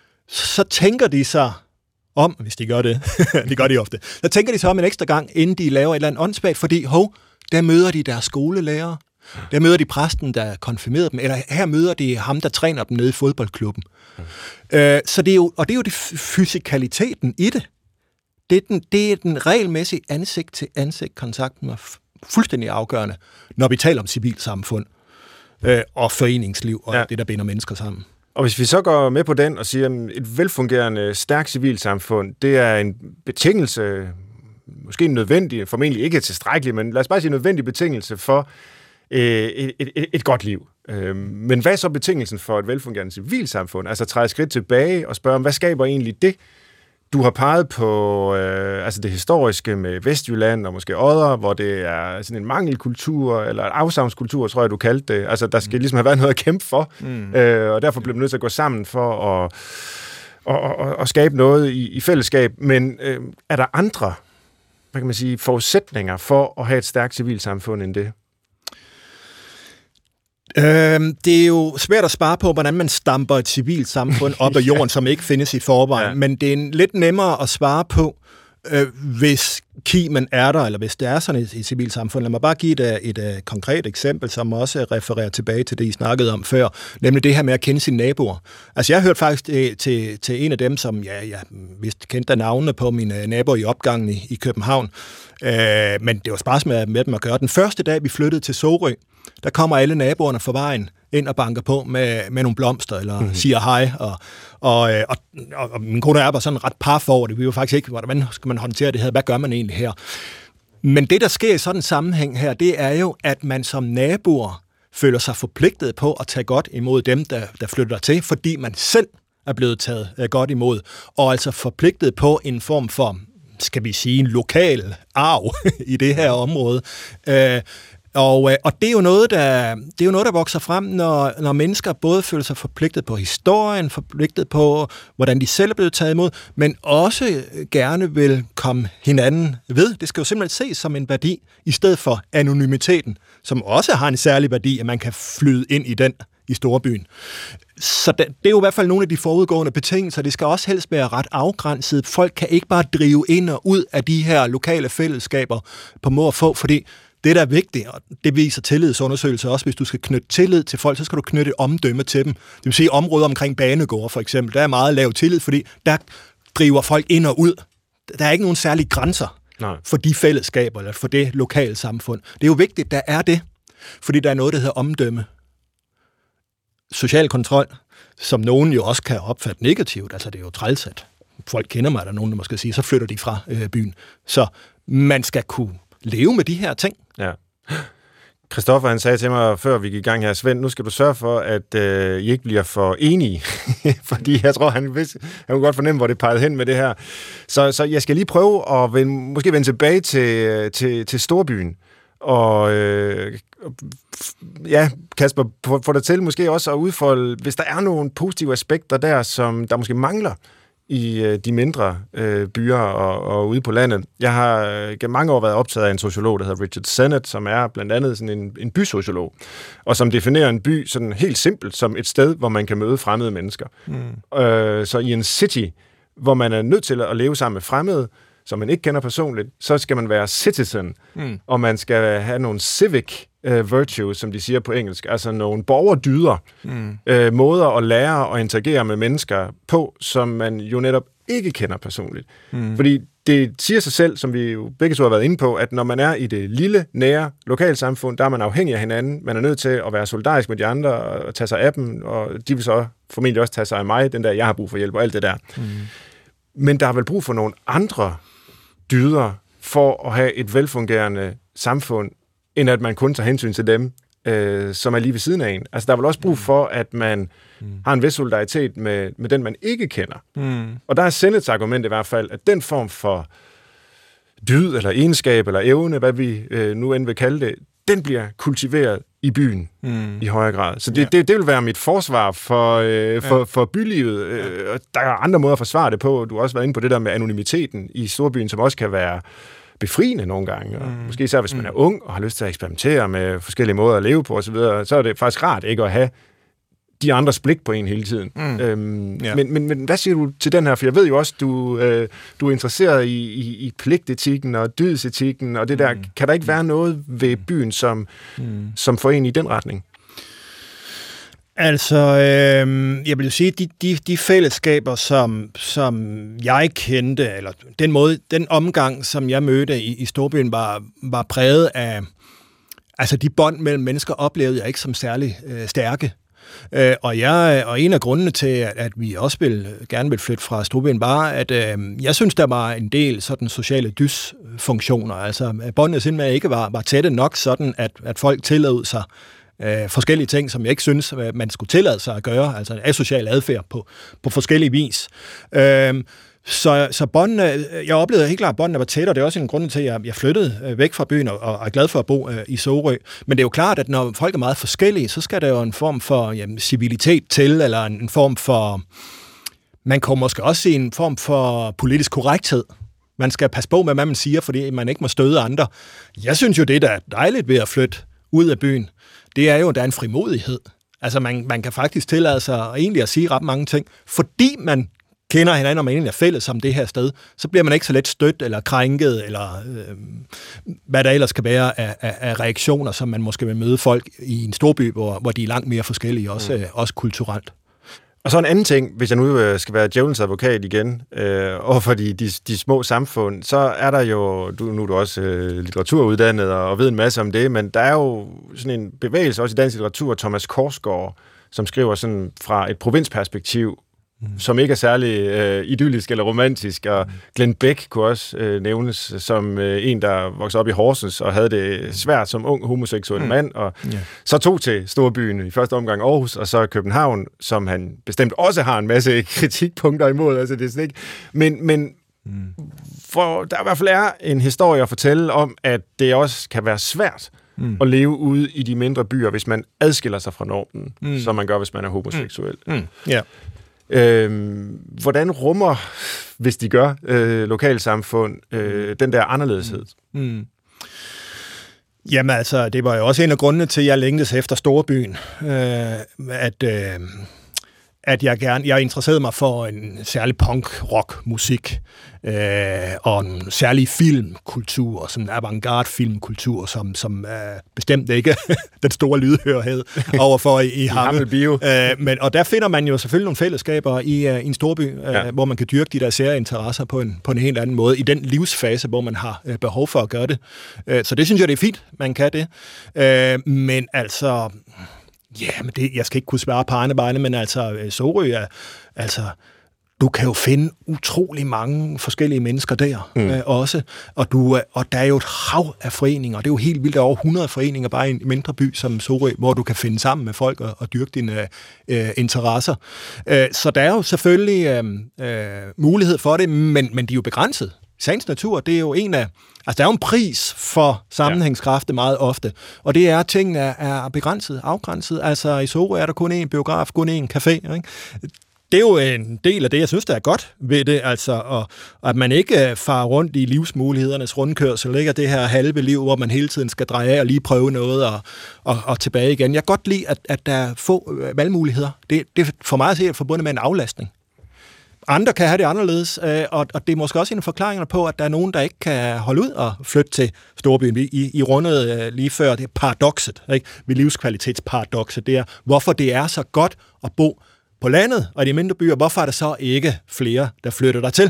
så tænker de sig om, hvis de gør det, det gør de ofte, så tænker de sig om en ekstra gang, inden de laver et eller andet åndssvagt, fordi hov, der møder de deres skolelærer, der møder de præsten, der konfirmerede dem, eller her møder de ham, der træner dem nede i fodboldklubben. Mm. Øh, så det er jo, og det er jo det fysikaliteten i det. Det er, den, det er den regelmæssige ansigt-til-ansigt-kontakt, som er fuldstændig afgørende, når vi taler om civilsamfund øh, og foreningsliv og ja. det, der binder mennesker sammen. Og hvis vi så går med på den og siger, at et velfungerende, stærkt civilsamfund, det er en betingelse, måske en nødvendig, formentlig ikke tilstrækkelig, men lad os bare sige en nødvendig betingelse for øh, et, et, et godt liv. Øh, men hvad er så betingelsen for et velfungerende civilsamfund? Altså træde skridt tilbage og spørge, hvad skaber egentlig det? Du har peget på øh, altså det historiske med Vestjylland og måske Odder, hvor det er sådan en mangelkultur, eller en afsavnskultur, tror jeg, du kaldte det. Altså, der skal ligesom have været noget at kæmpe for, mm. øh, og derfor bliver man nødt til at gå sammen for at, at, at, at skabe noget i, i fællesskab. Men øh, er der andre, hvad kan man sige, forudsætninger for at have et stærkt civilsamfund end det? Øhm, det er jo svært at spare på, hvordan man stamper et civilt samfund op af jorden, som ikke findes i forvejen, ja. Men det er en lidt nemmere at svare på, øh, hvis kimen er der, eller hvis det er sådan et, et civilt samfund. Lad mig bare give et, et, et konkret eksempel, som også refererer tilbage til det, I snakkede om før, nemlig det her med at kende sine naboer. Altså, jeg har hørt faktisk til, til, til en af dem, som ja, jeg vist kendte af navnene på mine naboer i opgangen i, i København, øh, men det var spars med, med dem at gøre. Den første dag, vi flyttede til Sorø, der kommer alle naboerne fra vejen ind og banker på med, med nogle blomster, eller mm-hmm. siger hej, og, og, og, og, og min kone er bare sådan ret paf over det. Vi var faktisk ikke, hvordan skal man håndtere det her? Hvad gør man egentlig her? Men det, der sker i sådan en sammenhæng her, det er jo, at man som naboer føler sig forpligtet på at tage godt imod dem, der, der flytter til, fordi man selv er blevet taget godt imod, og altså forpligtet på en form for, skal vi sige, en lokal arv i det her område. Øh, Og, og det er jo noget, der, det er jo noget, der vokser frem, når, når mennesker både føler sig forpligtet på historien, forpligtet på, hvordan de selv er blevet taget imod, men også gerne vil komme hinanden ved. Det skal jo simpelthen ses som en værdi, i stedet for anonymiteten, som også har en særlig værdi, at man kan flyde ind i den i storbyen. Så det, det er jo i hvert fald nogle af de forudgående betingelser. Det skal også helst være ret afgrænset. Folk kan ikke bare drive ind og ud af de her lokale fællesskaber på må og få, fordi det, der er vigtigt, og det viser tillidsundersøgelser også, hvis du skal knytte tillid til folk, så skal du knytte et omdømme til dem. Det vil sige områder omkring banegårde for eksempel, der er meget lav tillid, fordi der driver folk ind og ud. Der er ikke nogen særlige grænser Nej. For de fællesskaber, eller for det lokale samfund. Det er jo vigtigt, der er det, fordi der er noget, der hedder omdømme. Social kontrol, som nogen jo også kan opfatte negativt, altså det er jo trælsat. Folk kender mig, der er nogen, der måske siger, så flytter de fra øh, byen. Så man skal kunne leve med de her ting. Ja. Christoffer, han sagde til mig, før vi gik i gang her, Svend, nu skal du sørge for, at øh, I ikke bliver for enige, fordi jeg tror, han, vidste, han kunne godt fornemme, hvor det pegede hen med det her. Så, så jeg skal lige prøve at vende, måske vende tilbage til, til, til storbyen, og øh, ja, Kasper, få dig til måske også at udfolde, hvis der er nogle positive aspekter der, som der måske mangler i øh, de mindre øh, byer og, og ude på landet. Jeg har øh, gennem mange år været optaget af en sociolog, der hedder Richard Sennett, som er blandt andet sådan en, en bysociolog, og som definerer en by sådan helt simpelt som et sted, hvor man kan møde fremmede mennesker. Mm. Øh, så i en city, hvor man er nødt til at leve sammen med fremmede, som man ikke kender personligt, så skal man være citizen, mm. og man skal have nogle civic uh, virtues, som de siger på engelsk, altså nogle borgerdyder, mm. uh, måder at lære og interagere med mennesker på, som man jo netop ikke kender personligt. Mm. Fordi det siger sig selv, som vi jo begge to har været inde på, at når man er i det lille, nære lokalsamfund, der er man afhængig af hinanden, man er nødt til at være solidarisk med de andre og tage sig af dem, og de vil så formentlig også tage sig af mig, den der, jeg har brug for hjælp og alt det der. Mm. Men der er vel brug for nogle andre dyder for at have et velfungerende samfund, end at man kun tager hensyn til dem, øh, som er lige ved siden af en. Altså, der er vel også brug for, at man mm. har en vis solidaritet med, med den, man ikke kender. Mm. Og der er Sennets argument i hvert fald, at den form for dyd, eller egenskab, eller evne, hvad vi øh, nu end vil kalde det, den bliver kultiveret i byen mm. i højere grad. Så det, ja. det, det vil være mit forsvar for, øh, for, ja. for bylivet. Øh, der er andre måder at forsvare det på. Du har også været inde på det der med anonymiteten i storbyen, som også kan være befriende nogle gange. Og mm. måske især hvis man er ung og har lyst til at eksperimentere med forskellige måder at leve på osv., så, så er det faktisk rart ikke at have de andres blik på en hele tiden. Mm. Øhm, ja. men, men, men hvad siger du til den her? For jeg ved jo også, du, øh, du er interesseret i, i, i pligtetikken og dydsetikken, og det der. Mm. Kan der ikke være noget ved byen, som, mm. som får en i den retning? Altså, øh, jeg vil sige, de, de, de fællesskaber, som, som jeg kendte, eller den måde, den omgang, som jeg mødte i, i storbyen, var, var præget af, altså de bånd mellem mennesker oplevede jeg ikke som særlig øh, stærke. Øh, og, jeg, og en af grundene til, at, at vi også vil, gerne vil flytte fra storbyen, var, at øh, jeg synes, der var en del sådan sociale dysfunktioner. Altså, båndene simpelthen ikke var, var tætte nok sådan, at, at folk tillod sig øh, forskellige ting, som jeg ikke synes, man skulle tillade sig at gøre. Altså asocial adfærd på, på forskellige vis. Øh, Så, så båndene, jeg oplevede helt klart, at båndene var tæt, og det er også en grund til, at jeg flyttede væk fra byen og, og er glad for at bo øh, i Sorø. Men det er jo klart, at når folk er meget forskellige, så skal der jo en form for jamen, civilitet til, eller en, en form for, man kan måske også sige en form for politisk korrekthed. Man skal passe på med, hvad man siger, fordi man ikke må støde andre. Jeg synes jo, det der er dejligt ved at flytte ud af byen, det er jo, at der er en frimodighed. Altså, man, man kan faktisk tillade sig egentlig at sige ret mange ting, fordi man kender hinanden, og man egentlig er fælles om det her sted, så bliver man ikke så let stødt eller krænket, eller øh, hvad der ellers kan være af, af, af reaktioner, som man måske vil møde folk i en storby, hvor, hvor de er langt mere forskellige, også, mm. øh, også kulturelt. Og så en anden ting, hvis jeg nu øh, skal være djævelens advokat igen, øh, overfor de, de, de små samfund, så er der jo, du, nu er du også øh, litteraturuddannet og, og ved en masse om det, men der er jo sådan en bevægelse også i dansk litteratur, Thomas Korsgaard, som skriver sådan fra et provinsperspektiv, Mm. som ikke er særlig øh, idyllisk eller romantisk, og Glenn Beck kunne også øh, nævnes som øh, en, der voksede op i Horsens og havde det svært som ung homoseksuel mm. mand, og yeah. så tog til storbyen i første omgang Aarhus, og så København, som han bestemt også har en masse kritikpunkter imod, altså det er sådan ikke, men, men mm. for der i hvert fald er en historie at fortælle om, at det også kan være svært mm. at leve ude i de mindre byer, hvis man adskiller sig fra normen, mm. som man gør, hvis man er homoseksuel. Mm. Mm. Yeah. Øhm, hvordan rummer, hvis de gør, øh, lokalsamfund, øh, den der anderledeshed? Mm. Mm. Jamen altså, det var jo også en af grundene til, at jeg længtes efter storbyen. Øh, at, øh, at jeg gerne, jeg interesserede mig for en særlig punk-rock-musik, øh, og en særlig filmkultur, sådan en avantgarde-filmkultur, som, som øh, bestemt ikke den store lydhørhed overfor i, i Hammel. Bio. Øh, men, og der finder man jo selvfølgelig nogle fællesskaber i, uh, i en storby, uh, ja. hvor man kan dyrke de der sære interesser på en, på en helt anden måde, i den livsfase, hvor man har uh, behov for at gøre det. Uh, så det synes jeg, det er fint, man kan det. Uh, men altså... Ja, men det, jeg skal ikke kunne svare på egne vegne, men altså, Sorø er, altså, du kan jo finde utrolig mange forskellige mennesker der mm. øh, også, og, du, og der er jo et hav af foreninger, og det er jo helt vildt, der er over hundrede foreninger bare i en mindre by som Sorø, hvor du kan finde sammen med folk og, og dyrke dine øh, interesser. Øh, så der er jo selvfølgelig øh, øh, mulighed for det, men, men de er jo begrænset. Sagens natur, det er jo en af... Altså, der er jo en pris for sammenhængskraft meget ofte, og det er, at tingene er begrænset, afgrænset. Altså, i Sorø er der kun én biograf, kun én café, ikke? Det er jo en del af det, jeg synes, der er godt ved det, altså, og, og at man ikke farer rundt i livsmulighedernes rundkørsel, ikke? Det her halve liv, hvor man hele tiden skal dreje af og lige prøve noget og, og, og tilbage igen. Jeg kan godt lide, at, at der er få valgmuligheder. Det, det er for mig at se forbundet med en aflastning. Andre kan have det anderledes, og, og det er måske også en forklaring på, at der er nogen, der ikke kan holde ud og flytte til storbyen. I, I rundede lige før, det er paradokset, ikke? Ved livskvalitetsparadoxet, det er, hvorfor det er så godt at bo på landet og i de mindre byer, hvorfor er der så ikke flere, der flytter dertil?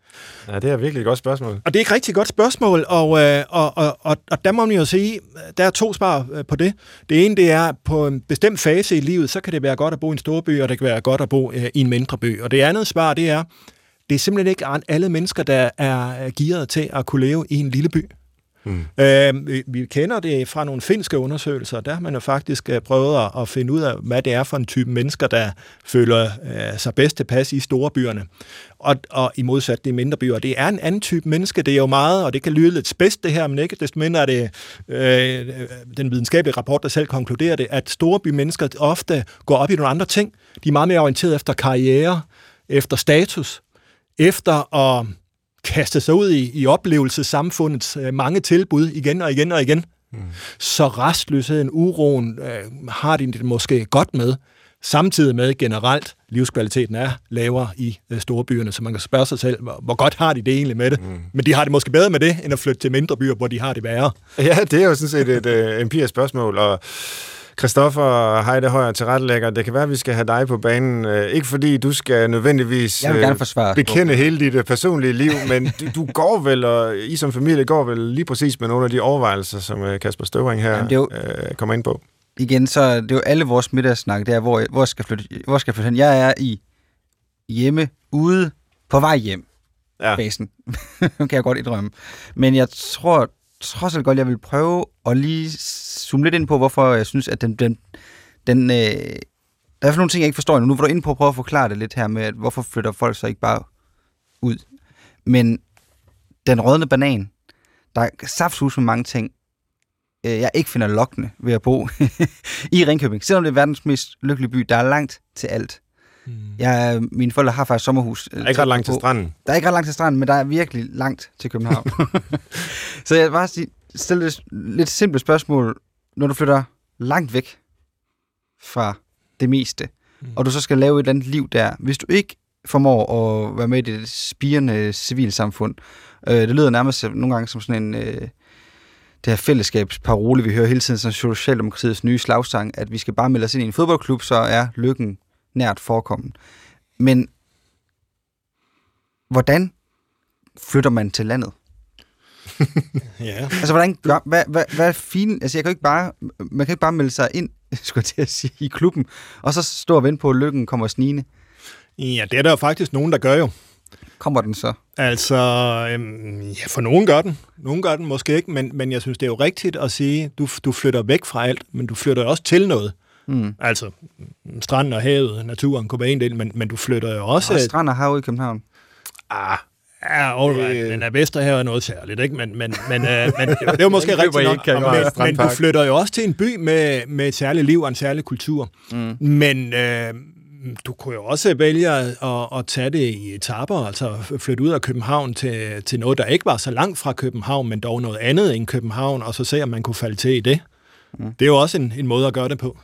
Ja, det er virkelig et godt spørgsmål. Og det er et rigtig godt spørgsmål, og, øh, og, og, og, og der må man jo sige, der er to svar på det. Det ene, det er, på en bestemt fase i livet, så kan det være godt at bo i en storby, og det kan være godt at bo øh, i en mindre by. Og det andet svar, det er, det er simpelthen ikke alle mennesker, der er gearet til at kunne leve i en lille by. Mm. Øh, vi, vi kender det fra nogle finske undersøgelser, der har man jo faktisk øh, prøvet at, at finde ud af, hvad det er for en type mennesker, der føler øh, sig bedst tilpas i store byerne, og, og i modsat de mindre byer. Det er en anden type menneske, det er jo meget, og det kan lyde lidt spidst det her, men ikke desto mindre er det øh, den videnskabelige rapport, der selv konkluderer det, at store bymennesker ofte går op i nogle andre ting. De er meget mere orienteret efter karriere, efter status, efter at kaste sig ud i, i oplevelsessamfundets øh, mange tilbud igen og igen og igen. Mm. Så restløsheden, uroen øh, har de det måske godt med, samtidig med generelt livskvaliteten er lavere i øh, storbyerne, så man kan spørge sig selv, hvor, hvor godt har de det egentlig med det? Mm. Men de har det måske bedre med det, end at flytte til mindre byer, hvor de har det værre. Ja, det er jo sådan set et øh, empirisk spørgsmål, og Christoffer Heide Højer, tilrettelægger, det kan være, at vi skal have dig på banen. Ikke fordi du skal nødvendigvis bekende hele dit personlige liv, men du, du går vel, og I som familie går vel lige præcis med nogle af de overvejelser, som Kasper Støvring her jo, øh, kommer ind på. igen, så det er jo alle vores middagssnak, det er, hvor, hvor skal jeg flytte, hvor skal jeg flytte hen? Jeg er i hjemme, ude, på vej hjem. Ja. Basen. kan jeg godt indrømme. Men jeg tror trods alt godt, jeg vil prøve at lige zoome lidt ind på, hvorfor jeg synes, at den... den, den øh, der er nogle ting, jeg ikke forstår endnu. Nu var du inde på at prøve at forklare det lidt her med, at hvorfor flytter folk så ikke bare ud. Men den rødne banan, der er saftsus med mange ting, jeg ikke finder lokkende ved at bo i Ringkøbing. Selvom det er verdens mest lykkelige by, der er langt til alt. Mm. Jeg, mine forældre har faktisk sommerhus. Der er ikke ret langt til stranden. Der er ikke ret langt til stranden, men der er virkelig langt til København. Så jeg vil bare sige, stille et lidt simpelt spørgsmål. Når du flytter langt væk fra det meste, mm. og du så skal lave et eller andet liv der, hvis du ikke formår at være med i det spirende civilsamfund, øh, det lyder nærmest nogle gange som sådan en... Øh, det her fællesskabsparole, vi hører hele tiden, som Socialdemokratiets nye slagsang, at vi skal bare melde os ind i en fodboldklub, så er lykken nært forekommen. Men hvordan flytter man til landet? ja. Altså, hvordan gør, hvad, hvad, hvad er fint? Altså, jeg kan ikke bare, man kan ikke bare melde sig ind, skulle jeg til at sige, i klubben, og så stå og vente på, at lykken kommer snigende. Ja, det er der jo faktisk nogen, der gør jo. Kommer den så? Altså, øhm, ja, for nogen gør den. Nogen gør den måske ikke, men, men jeg synes, det er jo rigtigt at sige, du, du flytter væk fra alt, men du flytter også til noget. Mm. Altså, stranden og havet, naturen kunne være en del, men, men du flytter jo også... Og strand og hav i København. Ah, ja, alright, men Vesterhavet er noget særligt, ikke? Men, men, men, øh, men det er jo måske rigtigt nok, men, men du flytter jo også til en by med, med et særligt liv og en særlig kultur. Mm. Men... Øh, du kunne jo også vælge at, at tage det i etaper, altså flytte ud af København til, til noget, der ikke var så langt fra København, men dog noget andet end København, og så se, om man kunne falde til i det. Mm. Det er jo også en, en måde at gøre det på.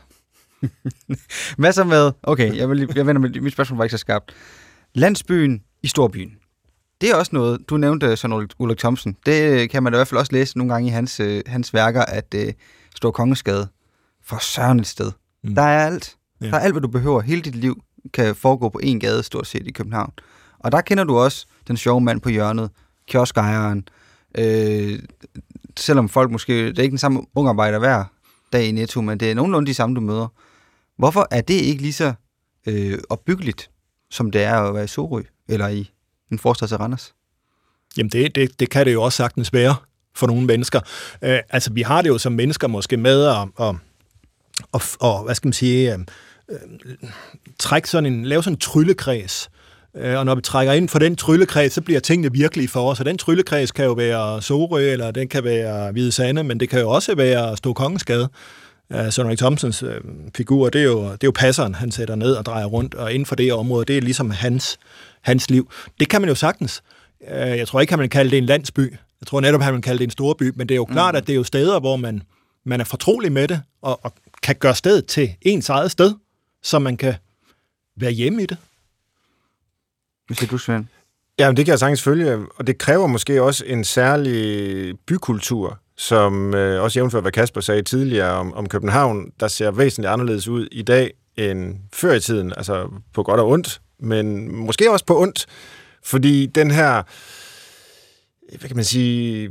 Hvad så med, okay, jeg, vil, jeg vender med, mit spørgsmål var ikke så skarpt. Landsbyen i storbyen. Det er også noget, du nævnte Søren Ulrik Thomsen. Det kan man i hvert fald også læse nogle gange i hans, hans værker, at uh, Store Kongensgade for søren et sted. Mm. Der er alt. Ja. Der er alt, hvad du behøver. Hele dit liv kan foregå på en gade, stort set, i København. Og der kender du også den sjove mand på hjørnet, kioskejeren. Øh, selvom folk måske... Det er ikke den samme ungarbejder hver dag i Netto, men det er nogenlunde de samme, du møder. Hvorfor er det ikke lige så øh, opbyggeligt, som det er at være i Sorø, eller i en forstad til Randers? Jamen, det, det, det kan det jo også sagtens være for nogle mennesker. Øh, altså, vi har det jo som mennesker måske med at... at Og, og hvad skal man sige, øh, øh, trække sådan en, lave sådan en tryllekreds. Øh, og når vi trækker ind for den tryllekreds, så bliver tingene virkelige for os. Og den tryllekreds kan jo være Sorø, eller den kan være Hvide Sande, men det kan jo også være Store Kongensgade. Øh, Søren Ulrik Thomsens øh, figur, det er, jo, det er jo passeren, han sætter ned og drejer rundt, og inden for det område, det er ligesom hans, hans liv. Det kan man jo sagtens. Øh, jeg tror ikke, han vil kalde det en landsby. Jeg tror netop, han vil kalde det en storby, men det er jo klart, mm. at det er jo steder, hvor man, man er fortrolig med det, og, og kan gøre stedet til ens eget sted, så man kan være hjemme i det. Hvad siger du, Svend? Ja, det kan jeg sagtens følge, og det kræver måske også en særlig bykultur, som øh, også jævnfør, hvad Kasper sagde tidligere om, om København, der ser væsentligt anderledes ud i dag end før i tiden, altså på godt og ondt, men måske også på ondt, fordi den her, hvad kan man sige...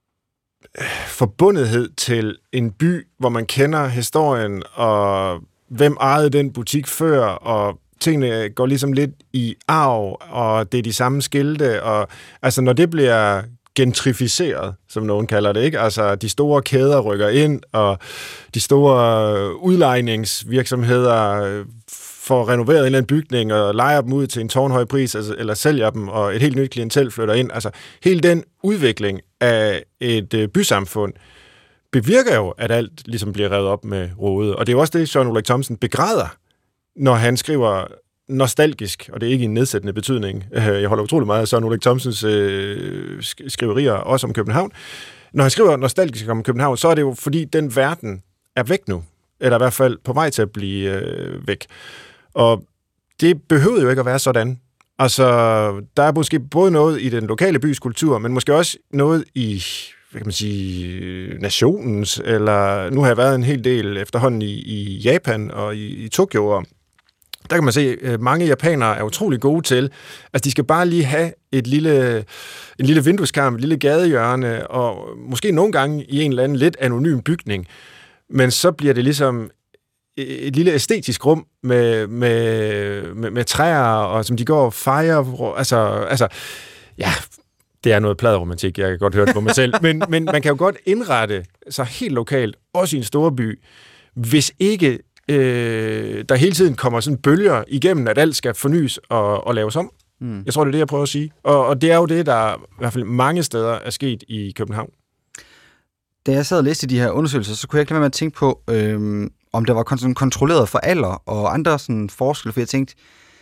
forbundethed til en by, hvor man kender historien, og hvem ejede den butik før, og tingene går ligesom lidt i arv, og det er de samme skilte, og altså når det bliver gentrificeret, som nogen kalder det, ikke? Altså de store kæder rykker ind, og de store udlejningsvirksomheder får renoveret en eller anden bygning, og lejer dem ud til en tårnhøj pris, altså, eller sælger dem, og et helt nyt klientel flytter ind. Altså hele den udvikling af et øh, bysamfund bevirker jo, at alt ligesom bliver revet op med rode. Og det er jo også det, Søren Ulrik Thomsen begræder, når han skriver nostalgisk, og det er ikke en nedsættende betydning. Jeg holder utrolig meget af Søren Ulrik Thomsens øh, skriverier, også om København. Når han skriver nostalgisk om København, så er det jo, fordi den verden er væk nu, eller i hvert fald på vej til at blive øh, væk. Og det behøvede jo ikke at være sådan. Altså, der er måske både noget i den lokale bys kultur, men måske også noget i, hvad kan man sige, nationens, eller nu har jeg været en hel del efterhånden i, i Japan og i, i Tokyo, og der kan man se, at mange japanere er utrolig gode til, altså de skal bare lige have et lille, en lille vindueskarm, et lille gadehjørne, og måske nogle gange i en eller anden lidt anonym bygning. Men så bliver det ligesom et lille æstetisk rum med, med, med, med træer, og som de går og fejrer. Altså, altså, ja, det er noget pladeromantik, jeg kan godt høre det på mig selv. Men, men man kan jo godt indrette sig helt lokalt, også i en stor by, hvis ikke øh, der hele tiden kommer sådan bølger igennem, at alt skal fornyes og, og laves om. Mm. Jeg tror, det er det, jeg prøver at sige. Og, og det er jo det, der i hvert fald mange steder er sket i København. Da jeg sad og læste de her undersøgelser, så kunne jeg ikke lade være med at tænke på, øh, om der var kon- kontrolleret for alder og andre sådan forskelle, for jeg tænkte,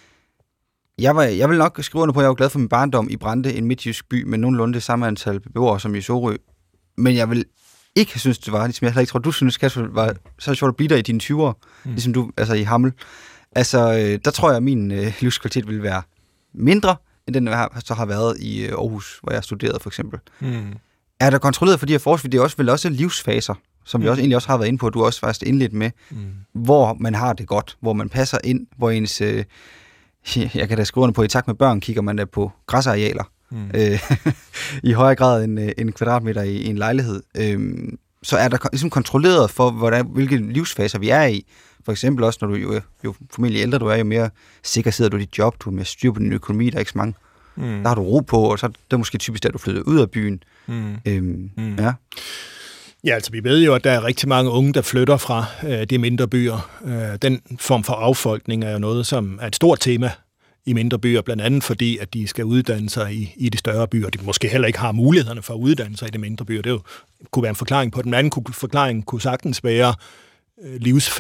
jeg, var, jeg vil nok skrive under på, at jeg var glad for min barndom i Brande, en midtjysk by med nogenlunde det samme antal beboere som i Sorø, men jeg vil ikke have synes det var, ligesom jeg heller ikke tror, du synes, Kasper, var så sjovt at blive der i dine tyvere, mm. ligesom du, altså i Hammel. Altså, øh, der tror jeg, at min øh, livskvalitet ville være mindre, end den, jeg så har været i øh, Aarhus, hvor jeg studerede for eksempel. Mm. Er der kontrolleret for de her forskning? Det er også, vel også livsfaser, som mm. vi også egentlig også har været inde på, du også faktisk indledt med, mm. hvor man har det godt, hvor man passer ind, hvor ens, øh, jeg kan da skrive under på, i takt med børn kigger man da på græsarealer, mm. øh, i højere grad end øh, en kvadratmeter i, i en lejlighed. Øh, så er der ligesom kontrolleret for, hvordan, hvilke livsfaser vi er i. For eksempel også, når du jo, jo formentlig ældre du er, jo mere sikker sidder du i dit job, du er mere styr på din økonomi, der er ikke så mange. Mm. Der har du ro på, og så er det måske typisk, at du flytter ud af byen. Mm. Øhm, mm. Ja. Ja, altså vi ved jo, at der er rigtig mange unge, der flytter fra øh, de mindre byer. Øh, den form for affolkning er jo noget, som er et stort tema i mindre byer, blandt andet fordi, at de skal uddanne sig i, i de større byer. De måske heller ikke har mulighederne for at uddanne sig i de mindre byer. Det jo, kunne være en forklaring på den. Den anden kunne, forklaring kunne sagtens være øh,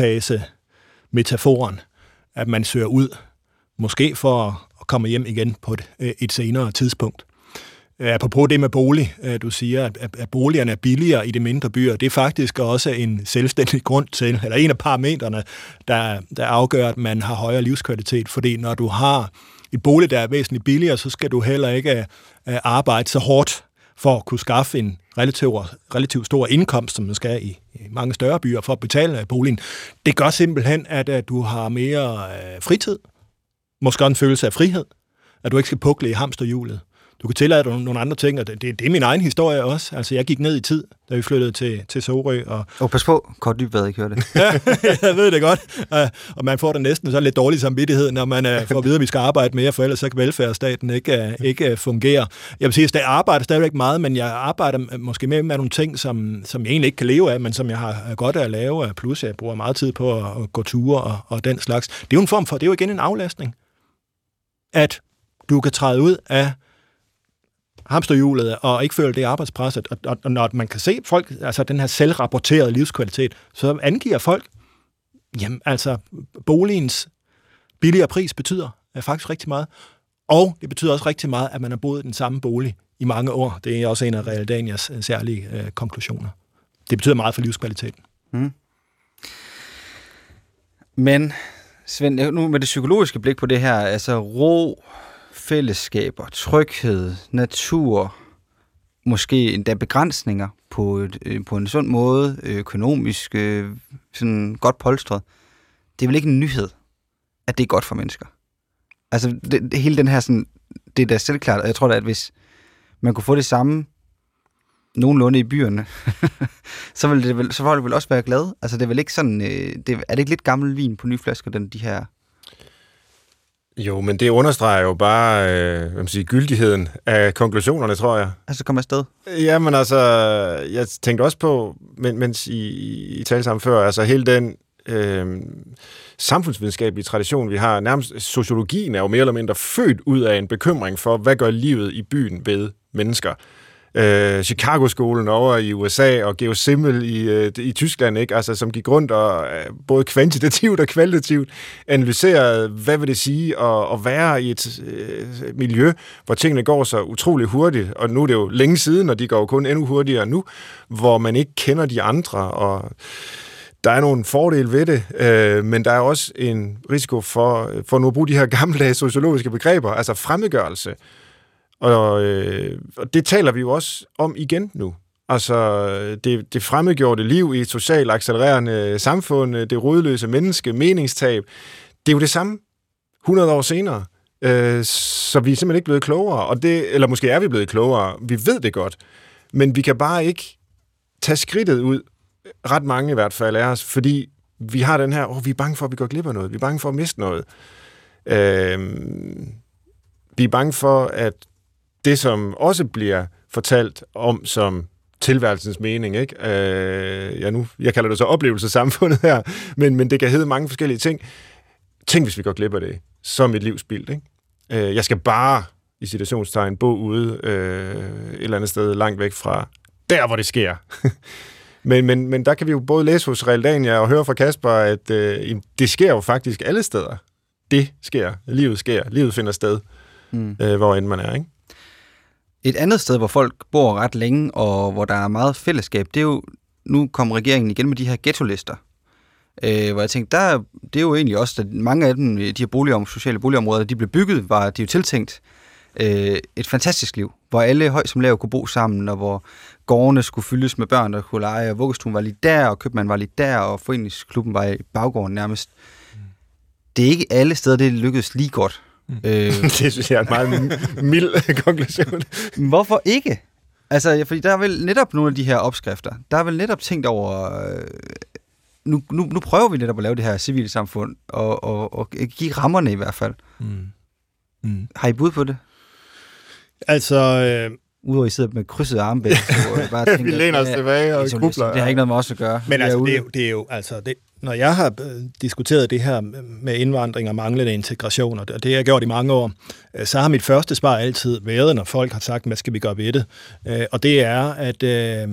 livsfase-metaforen, at man søger ud, måske for at komme hjem igen på et, et senere tidspunkt. Apropos det med bolig, du siger, at, at boligerne er billigere i de mindre byer, det er faktisk også en selvstændig grund til, eller en af parametrene, der, der afgør, at man har højere livskvalitet. Fordi når du har et bolig, der er væsentligt billigere, så skal du heller ikke arbejde så hårdt for at kunne skaffe en relativt, relativt stor indkomst, som man skal i, i mange større byer, for at betale boligen. Det gør simpelthen, at, at du har mere øh, fritid, måske en følelse af frihed, at du ikke skal pukle i hamsterhjulet. Du kan tillade dig nogle andre ting, og det, det, det er min egen historie også. Altså, jeg gik ned i tid, da vi flyttede til, til Sorø. Og oh, pas på, kort dybt, hvad ikke hørte det. Ja, jeg ved det godt. Og man får da næsten så lidt dårlig samvittighed, når man uh, får at vide, at vi skal arbejde mere, for ellers så kan velfærdsstaten ikke, uh, ikke fungere. Jeg vil sige, at jeg arbejder stadigvæk meget, men jeg arbejder måske mere med nogle ting, som, som jeg egentlig ikke kan leve af, men som jeg har godt af at lave. Plus, jeg bruger meget tid på at, at gå ture og, og den slags. Det er jo en form for, det er jo igen en aflastning. At du kan træde ud af hamsterhjulet og ikke føle det arbejdspresset. Og, og, og når man kan se folk, altså den her selvrapporterede livskvalitet, så angiver folk, jamen altså boligens billigere pris betyder faktisk rigtig meget. Og det betyder også rigtig meget, at man har boet i den samme bolig i mange år. Det er også en af Realdanias særlige øh, konklusioner. Det betyder meget for livskvaliteten. Mm. Men Svend, nu med det psykologiske blik på det her, altså ro, fællesskaber, tryghed, natur, måske endda begrænsninger på, et, på en sund måde, økonomisk, sådan godt polstret. Det er vel ikke en nyhed, at det er godt for mennesker. Altså, det, det, hele den her, sådan, det er da selvklart, og jeg tror da, at hvis man kunne få det samme nogenlunde i byerne, så ville det vel, så ville det vel også være glad. Altså, det er vel ikke sådan, det, er det ikke lidt gammel vin på nye flasker, den, de her. Jo, men det understreger jo bare øh, hvad man siger, gyldigheden af konklusionerne, tror jeg. Altså, kom afsted. Jamen altså, jeg tænkte også på, men, mens I, I talte sammen før, altså hele den øh, samfundsvidenskabelige tradition, vi har, nærmest sociologien er jo mere eller mindre født ud af en bekymring for, hvad gør livet i byen ved mennesker. Øh, Chicago-skolen over i U S A og Georg Simmel i, øh, i Tyskland, ikke? Altså, som gik rundt og øh, både kvantitativt og kvalitativt analyserede, hvad vil det sige at, at være i et øh, miljø, hvor tingene går så utrolig hurtigt, og nu er det jo længe siden, og de går jo kun endnu hurtigere nu, hvor man ikke kender de andre, og der er nogle fordele ved det, øh, men der er også en risiko for, for nu at bruge de her gammeldags sociologiske begreber, altså fremmedgørelse. Og, øh, og det taler vi jo også om igen nu. Altså, det, det fremmedgjorte liv i et socialt accelererende samfund, det rodløse menneske, meningstab, det er jo det samme hundrede år senere. Øh, så vi er simpelthen ikke blevet klogere, og det, eller måske er vi blevet klogere, vi ved det godt, men vi kan bare ikke tage skridtet ud ret mange i hvert fald af os, fordi vi har den her, åh, vi er bange for, at vi går glip af noget. Vi er bange for at miste noget. Øh, vi er bange for, at det, som også bliver fortalt om som tilværelsens mening, ikke? Øh, ja, nu, jeg kalder det så oplevelsessamfundet her, men, men det kan hedde mange forskellige ting. Tænk, hvis vi går glip af det, som et livsbild, ikke? Øh, jeg skal bare, i citationstegn, bo ude øh, et eller andet sted langt væk fra der, hvor det sker. men, men, men der kan vi jo både læse hos Realdania og høre fra Kasper, at øh, det sker jo faktisk alle steder. Det sker. Livet sker. Livet finder sted, mm. øh, hvor end man er, ikke? Et andet sted, hvor folk bor ret længe, og hvor der er meget fællesskab, det er jo, nu kommer regeringen igen med de her ghettolister, øh, hvor jeg tænkte, der, det er jo egentlig også, at mange af dem, de her boligom, sociale boligområder, de blev bygget, var de jo tiltænkt øh, et fantastisk liv, hvor alle høj som lav kunne bo sammen, og hvor gårdene skulle fyldes med børn, der kunne lege, og vuggestuen var lige der, og købmanden var lige der, og foreningsklubben var i baggården nærmest. Mm. Det er ikke alle steder, det lykkedes lige godt. Mm. Øh, det synes jeg er en meget mild konklusion. Hvorfor ikke? Altså, fordi der er vel netop nogle af de her opskrifter. Der er vel netop tænkt over... Øh, nu, nu, nu prøver vi netop at lave det her civile samfund, og, og, og give rammerne i hvert fald. Mm. Mm. Har I bud på det? Altså... Øh... Udover I sidder med krydsede armbænd, så jeg bare tænker... vi læner os tilbage og krubler. Det har ikke noget med os at gøre. Men altså, det er, jo, det er jo... Altså, det, når jeg har diskuteret det her med indvandring og manglende integration, og det har jeg gjort i mange år, så har mit første svar altid været, når folk har sagt, hvad skal vi gøre ved det? Og det er, at øh,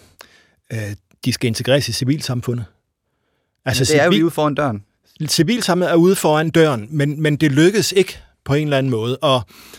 de skal integreres i civilsamfundet. Altså, det er civil, jo ude foran døren. Civilsamfundet er ude foran døren, men, men det lykkes ikke på en eller anden måde. Og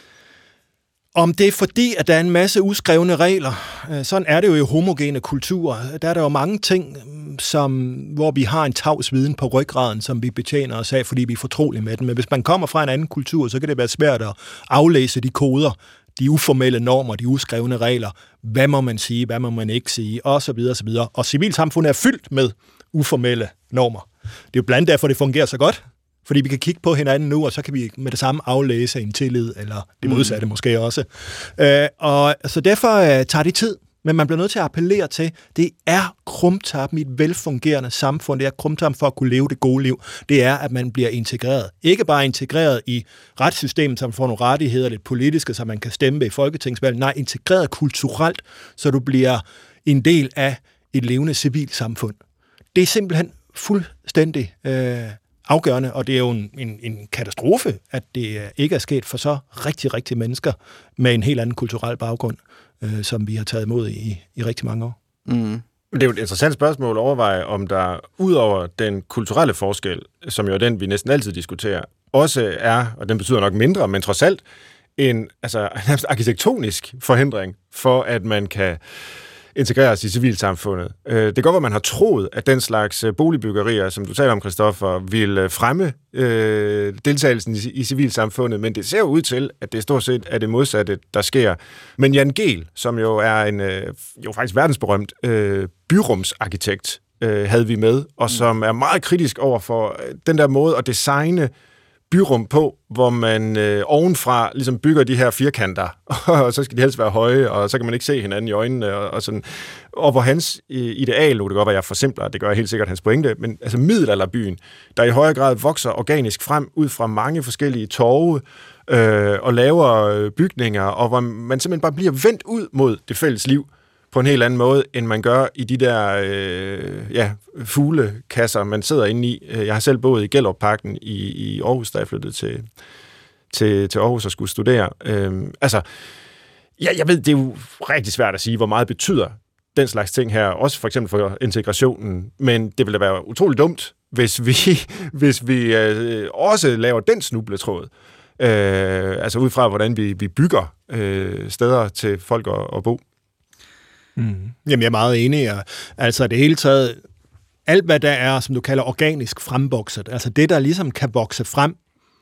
om det er fordi, at der er en masse uskrevne regler, sådan er det jo i homogene kulturer. Der er der jo mange ting, som, hvor vi har en tavs viden på ryggraden, som vi betjener os af, fordi vi er fortrolige med den. Men hvis man kommer fra en anden kultur, så kan det være svært at aflæse de koder, de uformelle normer, de uskrevne regler. Hvad må man sige, hvad må man ikke sige, og så videre, og så videre. Og civilsamfundet er fyldt med uformelle normer. Det er jo blandt derfor, det fungerer så godt. Fordi vi kan kigge på hinanden nu, og så kan vi med det samme aflæse en tillid, eller det modsatte mm. måske også. Øh, og så derfor øh, tager det tid, men man bliver nødt til at appellere til, det er krumtappen i et velfungerende samfund, det er krumtappen for at kunne leve det gode liv, det er, at man bliver integreret. Ikke bare integreret i retssystemet, så man får nogle rettigheder, lidt politiske, så man kan stemme ved i folketingsvalg, nej, integreret kulturelt, så du bliver en del af et levende civilt samfund. Det er simpelthen fuldstændig... Øh, afgørende, og det er jo en, en, en katastrofe, at det ikke er sket for så rigtig, rigtig mennesker med en helt anden kulturel baggrund, øh, som vi har taget imod i, i rigtig mange år. Mm. Det er jo et interessant spørgsmål at overveje, om der ud over den kulturelle forskel, som jo er den, vi næsten altid diskuterer, også er, og den betyder nok mindre, men trods alt, en altså, arkitektonisk forhindring for, at man kan integreres i civilsamfundet. Det kan godt være, at man har troet, at den slags boligbyggerier, som du taler om, Christoffer, vil fremme øh, deltagelsen i, i civilsamfundet, men det ser jo ud til, at det stort set er det modsatte, der sker. Men Jan Gehl, som jo er en øh, jo faktisk verdensberømt øh, byrumsarkitekt, øh, havde vi med, og som er meget kritisk over for den der måde at designe byrum på, hvor man øh, ovenfra ligesom bygger de her firkanter, og så skal de helst være høje, og så kan man ikke se hinanden i øjnene, og, og sådan. Og hvor hans øh, ideal, nu det godt være, jeg forsimpler, det gør helt sikkert hans pointe, men altså middelalderbyen, der i højere grad vokser organisk frem ud fra mange forskellige torve, øh, og laver bygninger, og hvor man simpelthen bare bliver vendt ud mod det fælles liv, på en helt anden måde, end man gør i de der øh, ja, fuglekasser, man sidder inde i. Jeg har selv boet i Gellerupparken i, i Aarhus, da jeg flyttede til, til, til Aarhus og skulle studere. Øhm, altså, ja, jeg ved, det er jo rigtig svært at sige, hvor meget betyder den slags ting her, også for eksempel for integrationen, men det ville da være utroligt dumt, hvis vi, hvis vi øh, også laver den snubletråd. Øh, altså ud fra, hvordan vi, vi bygger øh, steder til folk at, at bo. Mm. Jamen, jeg er meget enig. Altså, det hele taget, alt hvad der er, som du kalder organisk fremvokset, altså det, der ligesom kan vokse frem,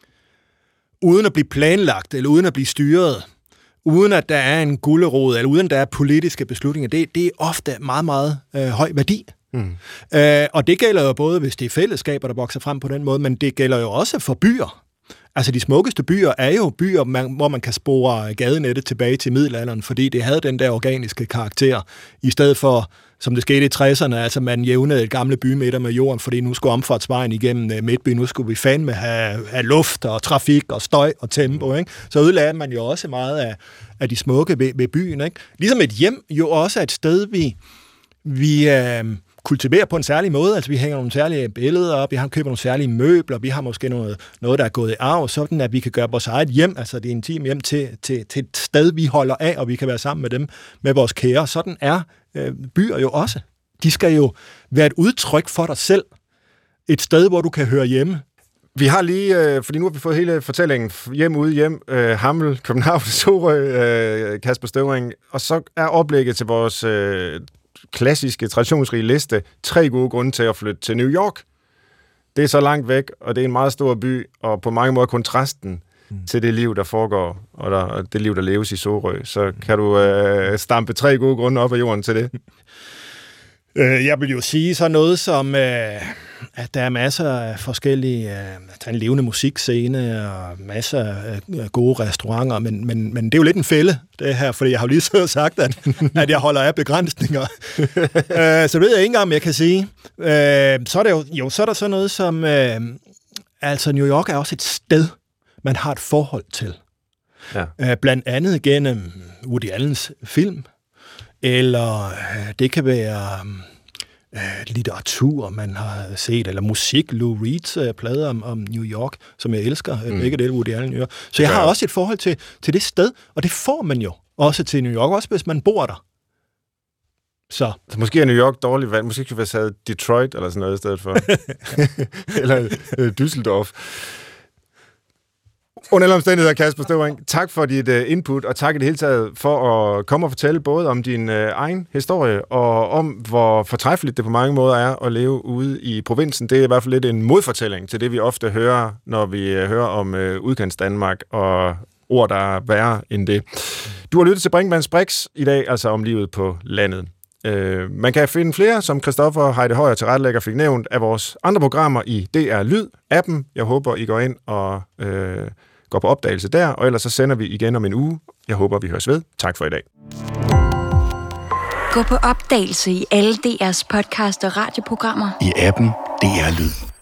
uden at blive planlagt, eller uden at blive styret, uden at der er en gulderod, eller uden at der er politiske beslutninger, det, det er ofte meget, meget øh, høj værdi. Mm. Øh, og det gælder jo både, hvis det er fællesskaber, der vokser frem på den måde, men det gælder jo også for byer. Altså, de smukkeste byer er jo byer, man, hvor man kan spore gadenettet tilbage til middelalderen, fordi det havde den der organiske karakter, i stedet for, som det skete i tresserne, altså man jævnede et gamle bymidter med jorden, fordi nu skulle omfartsvejen igennem Midtby, nu skulle vi fandme have, have luft og trafik og støj og tempo, ikke? Så ødelagde man jo også meget af, af de smukke ved, ved byen, ikke? Ligesom et hjem jo også er et sted, vi, vi øh, kultiverer på en særlig måde, altså vi hænger nogle særlige billeder op, vi har køber nogle særlige møbler, vi har måske noget, noget der er gået i arv, sådan at vi kan gøre vores eget hjem, altså det intime hjem til, til, til et sted, vi holder af, og vi kan være sammen med dem, med vores kære. Sådan er øh, byer jo også. De skal jo være et udtryk for dig selv. Et sted, hvor du kan høre hjemme. Vi har lige, øh, fordi nu har vi fået hele fortællingen hjem, ude, hjem, øh, Hammel, København, Sorø, øh, Kasper Støvring, og så er oplægget til vores øh, klassiske, traditionsrige liste tre gode grunde til at flytte til New York. Det er så langt væk, og det er en meget stor by, og på mange måder kontrasten mm. til det liv, der foregår, og der, det liv, der leves i Sorø. Så kan du øh, stampe tre gode grunde op af jorden til det? Jeg vil jo sige så noget som, at der er masser af forskellige, der er en levende musikscene og masser af gode restauranter, men, men, men det er jo lidt en fælde, det her, fordi jeg har jo lige så sagt, at, at jeg holder af begrænsninger. Så ved jeg ikke engang, om jeg kan sige. Så er der jo, jo så er der så noget som, altså New York er også et sted, man har et forhold til. Ja. Blandt andet gennem Woody Allens film, eller det kan være øh, litteratur, man har set, eller musik, Lou Reeds øh, plader om, om New York, som jeg elsker, mm. begge dele Woody Allen New York. Så jeg har også et forhold til, til det sted, og det får man jo også til New York, også hvis man bor der. Så. Så måske er New York dårligt valg. Måske skulle vi have sagt Detroit eller sådan noget i stedet for. Eller øh, Düsseldorf. Under alle omstændigheder, Kasper Støvring, tak for dit uh, input, og tak i det hele taget for at komme og fortælle både om din uh, egen historie, og om hvor fortræffeligt det på mange måder er at leve ude i provinsen. Det er i hvert fald lidt en modfortælling til det, vi ofte hører, når vi uh, hører om uh, udkants Danmark, og ord, der er værre end det. Du har lyttet til Brinkmanns Brix i dag, altså om livet på landet. Uh, man kan finde flere, som Christoffer Heide Højer tilrettelægger fik nævnt, af vores andre programmer i D R Lyd-appen. Jeg håber, I går ind og uh, går på opdagelse der, og ellers så sender vi igen om en uge. Jeg håber, vi høres ved. Tak for i dag. Gå på opdagelse i alle D R's podcast og radioprogrammer. I appen D R Lyd.